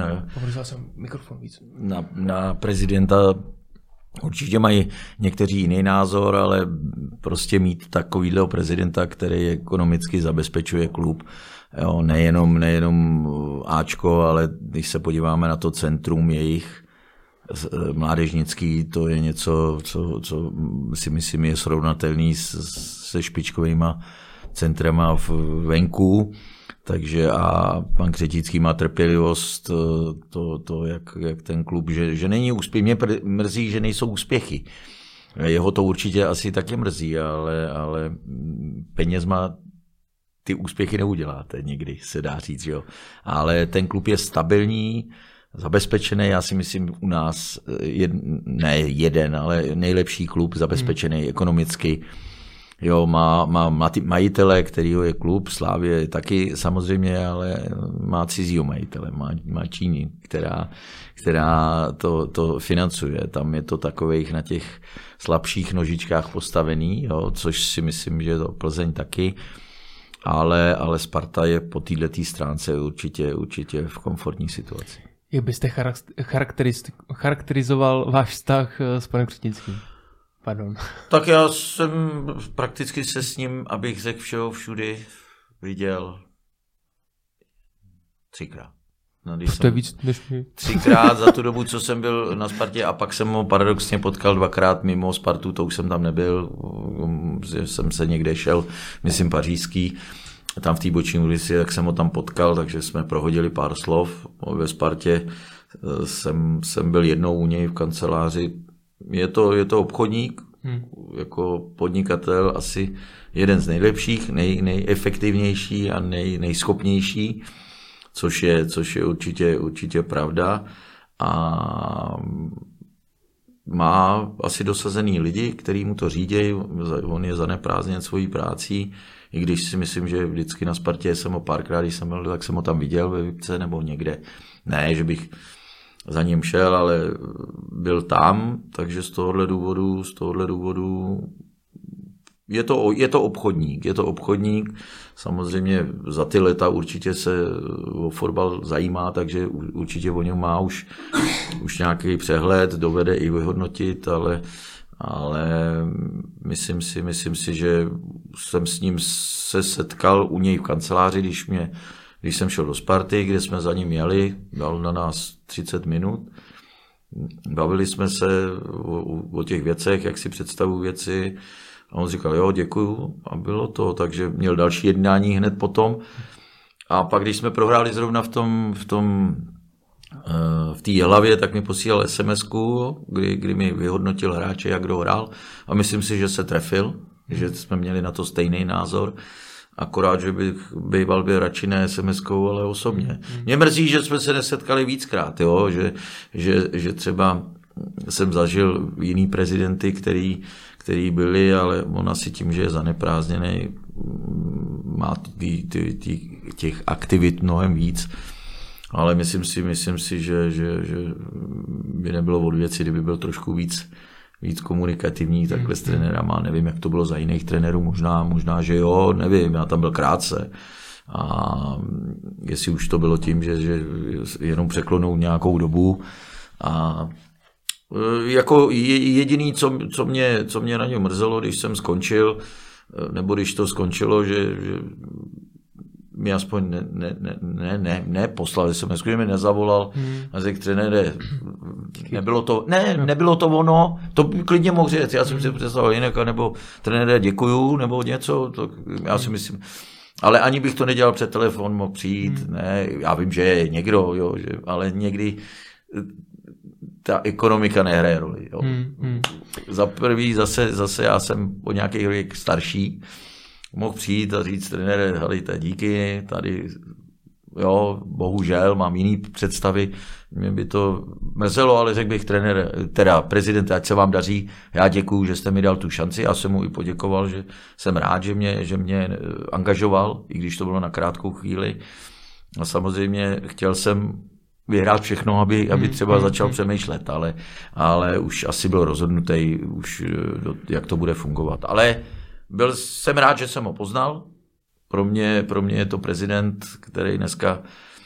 na prezidenta určitě mají někteří jiný názor, ale prostě mít takovýhle prezidenta, který ekonomicky zabezpečuje klub, jo? Nejenom Ačko, ale když se podíváme na to centrum jejich mládežnický, to je něco, co si myslím je srovnatelný se špičkovýma centrama venku, takže a pan Křetinský má trpělivost, to jak ten klub, že není úspěch, mě mrzí, že nejsou úspěchy. Jeho to určitě asi taky mrzí, ale penězma ty úspěchy neuděláte někdy, se dá říct, jo. Ale ten klub je stabilní, zabezpečený, já si myslím u nás, ne jeden, ale nejlepší klub, zabezpečený ekonomicky. Jo, má majitele, kterýho je klub, Slavie taky samozřejmě, ale má cizího majitele, má Číny, která to financuje. Tam je to takových na těch slabších nožičkách postavený, jo, což si myslím, že to Plzeň taky, ale Sparta je po této stránce určitě v komfortní situaci. Jak byste charakterizoval váš vztah s panem Křetinským? Pardon. Tak já jsem prakticky se s ním, abych řekl všeho všudy, viděl 3krát. No, to je víc než my. 3krát za tu dobu, co jsem byl na Spartě a pak jsem ho paradoxně potkal 2krát mimo Spartu, to už jsem tam nebyl, jsem se někde šel, myslím pařížský, tam v té boční ulici, tak jsem ho tam potkal, takže jsme prohodili pár slov. Ve Spartě jsem byl jednou u něj v kanceláři. Je to obchodník, jako podnikatel asi jeden z nejlepších, nejefektivnější a nejschopnější, což je určitě pravda. A má asi dosazený lidi, kteří mu to řídějí, on je zaneprázdněn svojí prácí, i když si myslím, že vždycky na Spartě jsem ho párkrát, když jsem byl, tak jsem ho tam viděl ve Vipce nebo někde. Ne, že bych za ním šel, ale byl tam, takže z tohohle důvodu je to obchodník, samozřejmě za ty leta určitě se o fotbal zajímá, takže určitě o něm má už nějaký přehled, dovede i vyhodnotit, ale myslím si, že jsem s ním se setkal u něj v kanceláři, když jsem šel do Sparty, kde jsme za ním jeli, dal na nás 30 minut. Bavili jsme se o těch věcech, jak si představuji věci. A on říkal, jo, děkuju. A bylo to, takže měl další jednání hned potom. A pak, když jsme prohráli zrovna v té Jihlavě, tak mi posílal SMS-ku, kdy mi vyhodnotil hráče, jak kdo hrál. A myslím si, že se trefil, že jsme měli na to stejný názor. Akorát, že bych býval byl radši ne SMS-kou, ale osobně. Mě mrzí, že jsme se nesetkali víckrát, jo? Že třeba jsem zažil jiný prezidenty, který byli, ale on asi tím, že je zaneprázdněný, má těch aktivit mnohem víc. Ale myslím si, že by nebylo od věci, kdyby byl trošku víc komunikativní takhle s trenérama. Nevím, jak to bylo za jiných trenérů, možná, že jo, nevím, já tam byl krátce. jestli už to bylo tím, že jenom překlonou nějakou dobu. A jako jediný, co mě na něm mrzelo, když jsem skončil, nebo když to skončilo, že mi aspoň poslali jsem, skutečně mi nezavolal a řekl, trenére, nebylo to ono, to by klidně mohl říct, já jsem si představil jinak, nebo trenére, děkuju, nebo něco, to já si myslím, ale ani bych to nedělal před telefon, mohl přijít, ne, já vím, že je někdo, jo, ale někdy ta ekonomika nehraje roli. Jo. Za prvý zase já jsem o nějaký rok starší, mohl přijít a říct, trenére, helejte, díky, tady, jo, bohužel, mám jiný představy, mě by to mrzelo, ale řekl bych, trenére, teda prezident, ať se vám daří, já děkuju, že jste mi dal tu šanci, já jsem mu i poděkoval, že jsem rád, že mě angažoval, i když to bylo na krátkou chvíli. A samozřejmě chtěl jsem vyhrát všechno, aby třeba začal přemýšlet, ale už asi byl rozhodnutý, už jak to bude fungovat. Ale jsem rád, že jsem ho poznal. Pro mě je to prezident, který dneska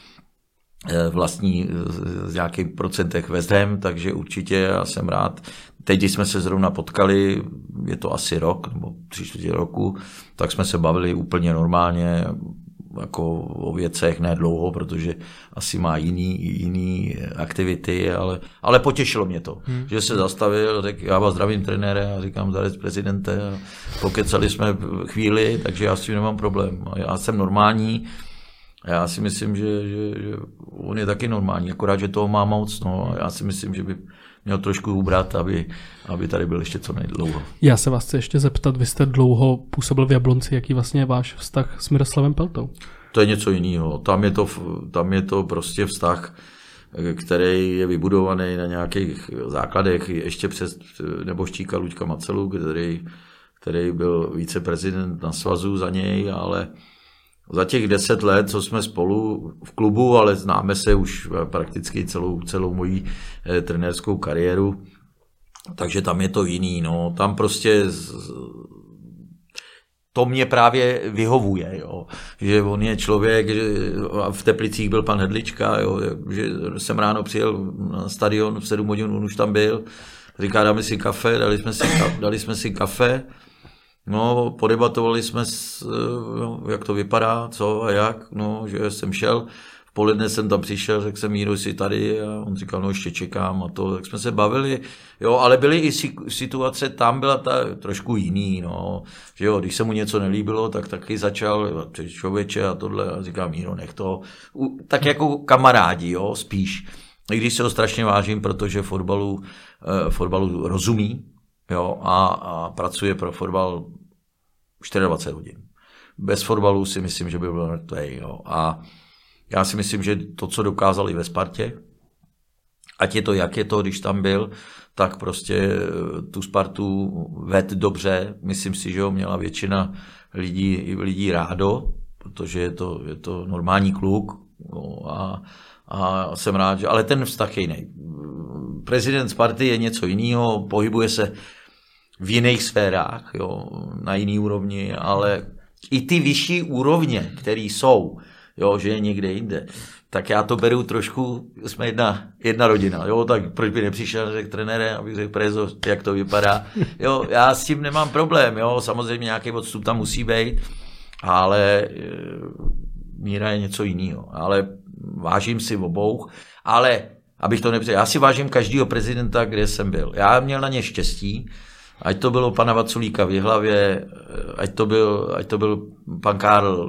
vlastní z nějakých procentech West Ham, takže určitě já jsem rád. Teď, když jsme se zrovna potkali, je to asi rok, nebo 3/4 roku, tak jsme se bavili úplně normálně, jako o věcech, ne dlouho, protože asi má jiný aktivity, ale potěšilo mě to, že se zastavil, řekl, já vás zdravím, trenére, a říkám, zdravím prezidente, a pokecali jsme chvíli, takže já s tím nemám problém. Já jsem normální, já si myslím, že on je taky normální, akorát, že toho má moc, no, a já si myslím, že by měl trošku ubrat, aby tady byl ještě co nejdlouho. Já se vás chci ještě zeptat, vy jste dlouho působil v Jablonci, jaký vlastně je váš vztah s Miroslavem Peltou? To je něco jiného. Tam je to prostě vztah, který je vybudovaný na nějakých základech, ještě přes nebožčíka Luďka Macelu, který byl viceprezident na svazu za něj, ale za těch 10 let, co jsme spolu v klubu, ale známe se už prakticky celou moji trenérskou kariéru, takže tam je to jiný. No. Tam prostě to mě právě vyhovuje, jo. Že on je člověk, že v Teplicích byl pan Hedlička, jo, že jsem ráno přijel na stadion v 7 hodin, on už tam byl, říká, dáme si kafe, dali jsme si kafe. No, podebatovali jsme, jak to vypadá, co a jak, no, že jsem šel, v poledne jsem tam přišel, řekl jsem, Míro, jsi tady, a on říkal, no, ještě čekám a to, tak jsme se bavili, jo, ale byly i situace, tam byla ta trošku jiný, no, že jo, když se mu něco nelíbilo, tak taky začal, člověče a tohle, a říkal, Míro, nech to, tak jako kamarádi, jo, spíš, i když se ho strašně vážím, protože fotbalu rozumí, jo, a pracuje pro fotbal 24 hodin. Bez fotbalu si myslím, že by byl mrtvej. Jo. A já si myslím, že to, co dokázal i ve Spartě, ať je to, jak je to, když tam byl, tak prostě tu Spartu ved dobře. Myslím si, že ho měla většina lidí rádo, protože je to normální kluk. Jo, a jsem rád, že... Ale ten vztah je jiný. Prezident Sparty je něco jiného, pohybuje se v jiných sférách, jo, na jiný úrovni, ale i ty vyšší úrovně, které jsou, jo, že je někde jinde, tak já to beru trošku, jsme jedna rodina, jo, tak proč by nepřišel, řekl trenére, abych řekl, Prezo, jak to vypadá, jo, já s tím nemám problém, jo, samozřejmě nějaký odstup tam musí být, ale Míra je něco jiného, ale vážím si obou, ale abych to nepřijel, já si vážím každého prezidenta, kde jsem byl, já měl na ně štěstí, ať to bylo pana Vaculíka v Jihlavě, ať to byl pan Karl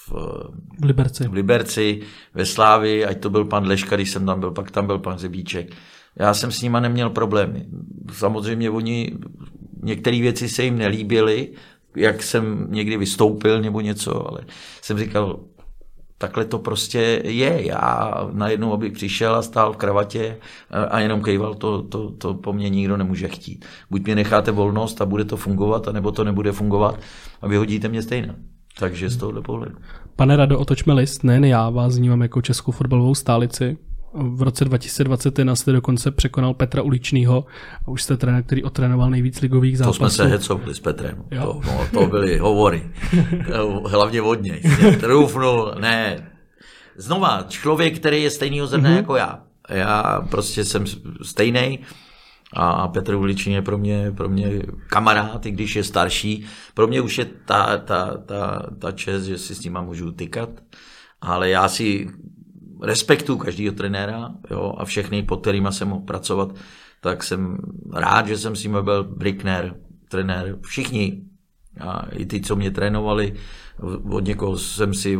v Liberci, ve Slávii, ať to byl pan Leška, když jsem tam byl, pak tam byl pan Zebíček. Já jsem s nima neměl problémy. Samozřejmě některé věci se jim nelíbily, jak jsem někdy vystoupil nebo něco, ale jsem říkal, takhle to prostě je. Já najednou, abych přišel a stál v kravatě a jenom kejval, to po mně nikdo nemůže chtít. Buď mě necháte volnost a bude to fungovat, anebo to nebude fungovat a vyhodíte mě stejně. Takže z tohohle pohledu. Pane Rado, otočme list. Nejen já vás vnímám jako českou fotbalovou stálici. V roce 2021 jste dokonce překonal Petra Uličnýho a už jste trenér, který otrénoval nejvíc ligových zápasů. To jsme se hecovali s Petrem. To byly hovory. Hlavně od něj. Trůfnul, ne. znova, člověk, který je stejného zrna jako já. Já prostě jsem stejnej a Petr Uličin je pro mě kamarád, i když je starší. Pro mě už je ta čest, že si s nima můžu tykat, ale já si respektuju každého trenéra, jo, a všechny, pod kterýma jsem mohl pracovat, tak jsem rád, že jsem s nimi byl Brickner, trenér, všichni. A i ty, co mě trénovali, od někoho jsem si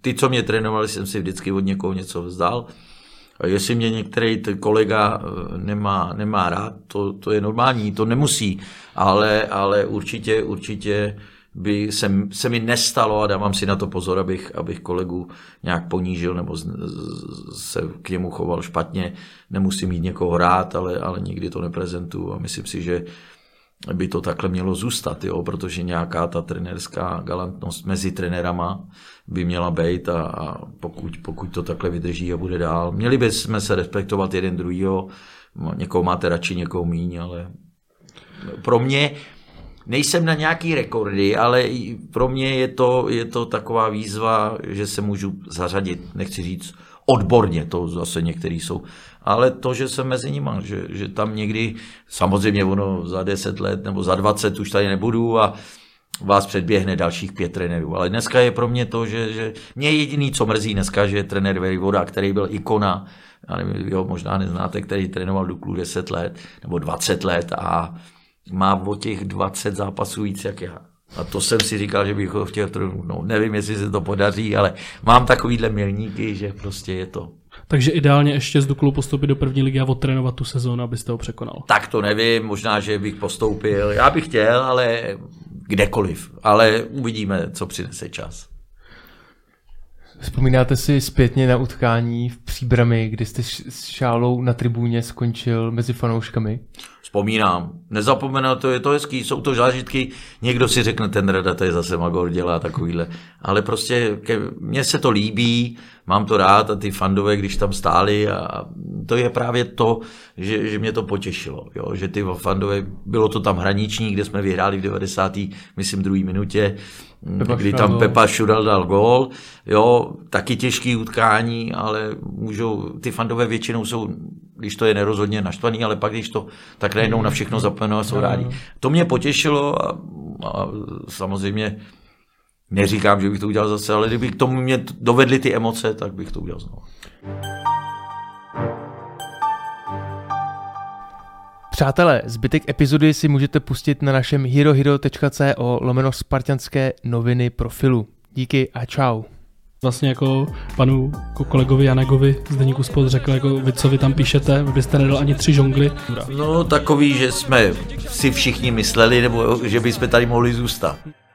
vždycky od někoho něco vzdal. A jestli mě některý kolega nemá rád, to je normální, to nemusí, ale určitě by se mi nestalo, a dávám si na to pozor, abych kolegu nějak ponížil nebo se k němu choval špatně. Nemusím mít někoho rád, ale nikdy to neprezentuju a myslím si, že by to takhle mělo zůstat, jo, protože nějaká ta trenérská galantnost mezi trenérama by měla být a pokud to takhle vydrží a bude dál. Měli bychom se respektovat jeden druhýho, někoho máte radši, někoho míň, ale pro mě nejsem na nějaký rekordy, ale pro mě je to taková výzva, že se můžu zařadit, nechci říct odborně, to zase některý jsou, ale to, že jsem mezi nima, že tam někdy, samozřejmě ono za 10 let nebo za 20 už tady nebudu a vás předběhne dalších 5 trenérů, ale dneska je pro mě to, že mě jediný, co mrzí dneska, že je trenér Verivoda, který byl ikona, já nevím, jo, možná neznáte, který trénoval Duklu 10 let nebo 20 let a má o těch 20 zápasů víc jak já. A to jsem si říkal, že bych ho chtěl trhnout. Nevím, jestli se to podaří, ale mám takovýhle milníky, že prostě je to. Takže ideálně ještě z Duklu postoupit do první ligy a odtrénovat tu sezónu, abyste ho překonal. Tak to nevím, možná, že bych postoupil. Já bych chtěl, ale kdekoliv. Ale uvidíme, co přinese čas. Vzpomínáte si zpětně na utkání v Příbrami, kdy jste s šálou na tribuně skončil mezi fanouškami? Vzpomínám. Nezapomenu, to je to hezký, jsou to zážitky. Někdo si řekne, ten Rada, to je zase Magor, dělá takovýhle. Ale prostě mně se to líbí, mám to rád a ty fandové, když tam stáli a to je právě to, že mě to potěšilo. Jo? Že ty fandové, bylo to tam hraniční, kde jsme vyhráli v 90. myslím 2. minutě, kdy tam Pepa Šudal dal gól. Jo, taky těžký utkání, ale ty fandové většinou jsou, když to je nerozhodně naštvaný, ale pak když to tak najednou na všechno zapomenou a jsou rádi. To mě potěšilo a samozřejmě neříkám, že bych to udělal zase, ale kdyby k tomu mě dovedly ty emoce, tak bych to udělal znovu. Přátelé, zbytek epizody si můžete pustit na našem herohero.co/spartanské noviny profilu. Díky a čau. Vlastně jako panu kolegovi Janegovi z Deníku Sport řekl, jako vy, co vy tam píšete, vy byste nedal ani 3 žongly. No takový, že jsme si všichni mysleli, nebo že bychom tady mohli zůstat.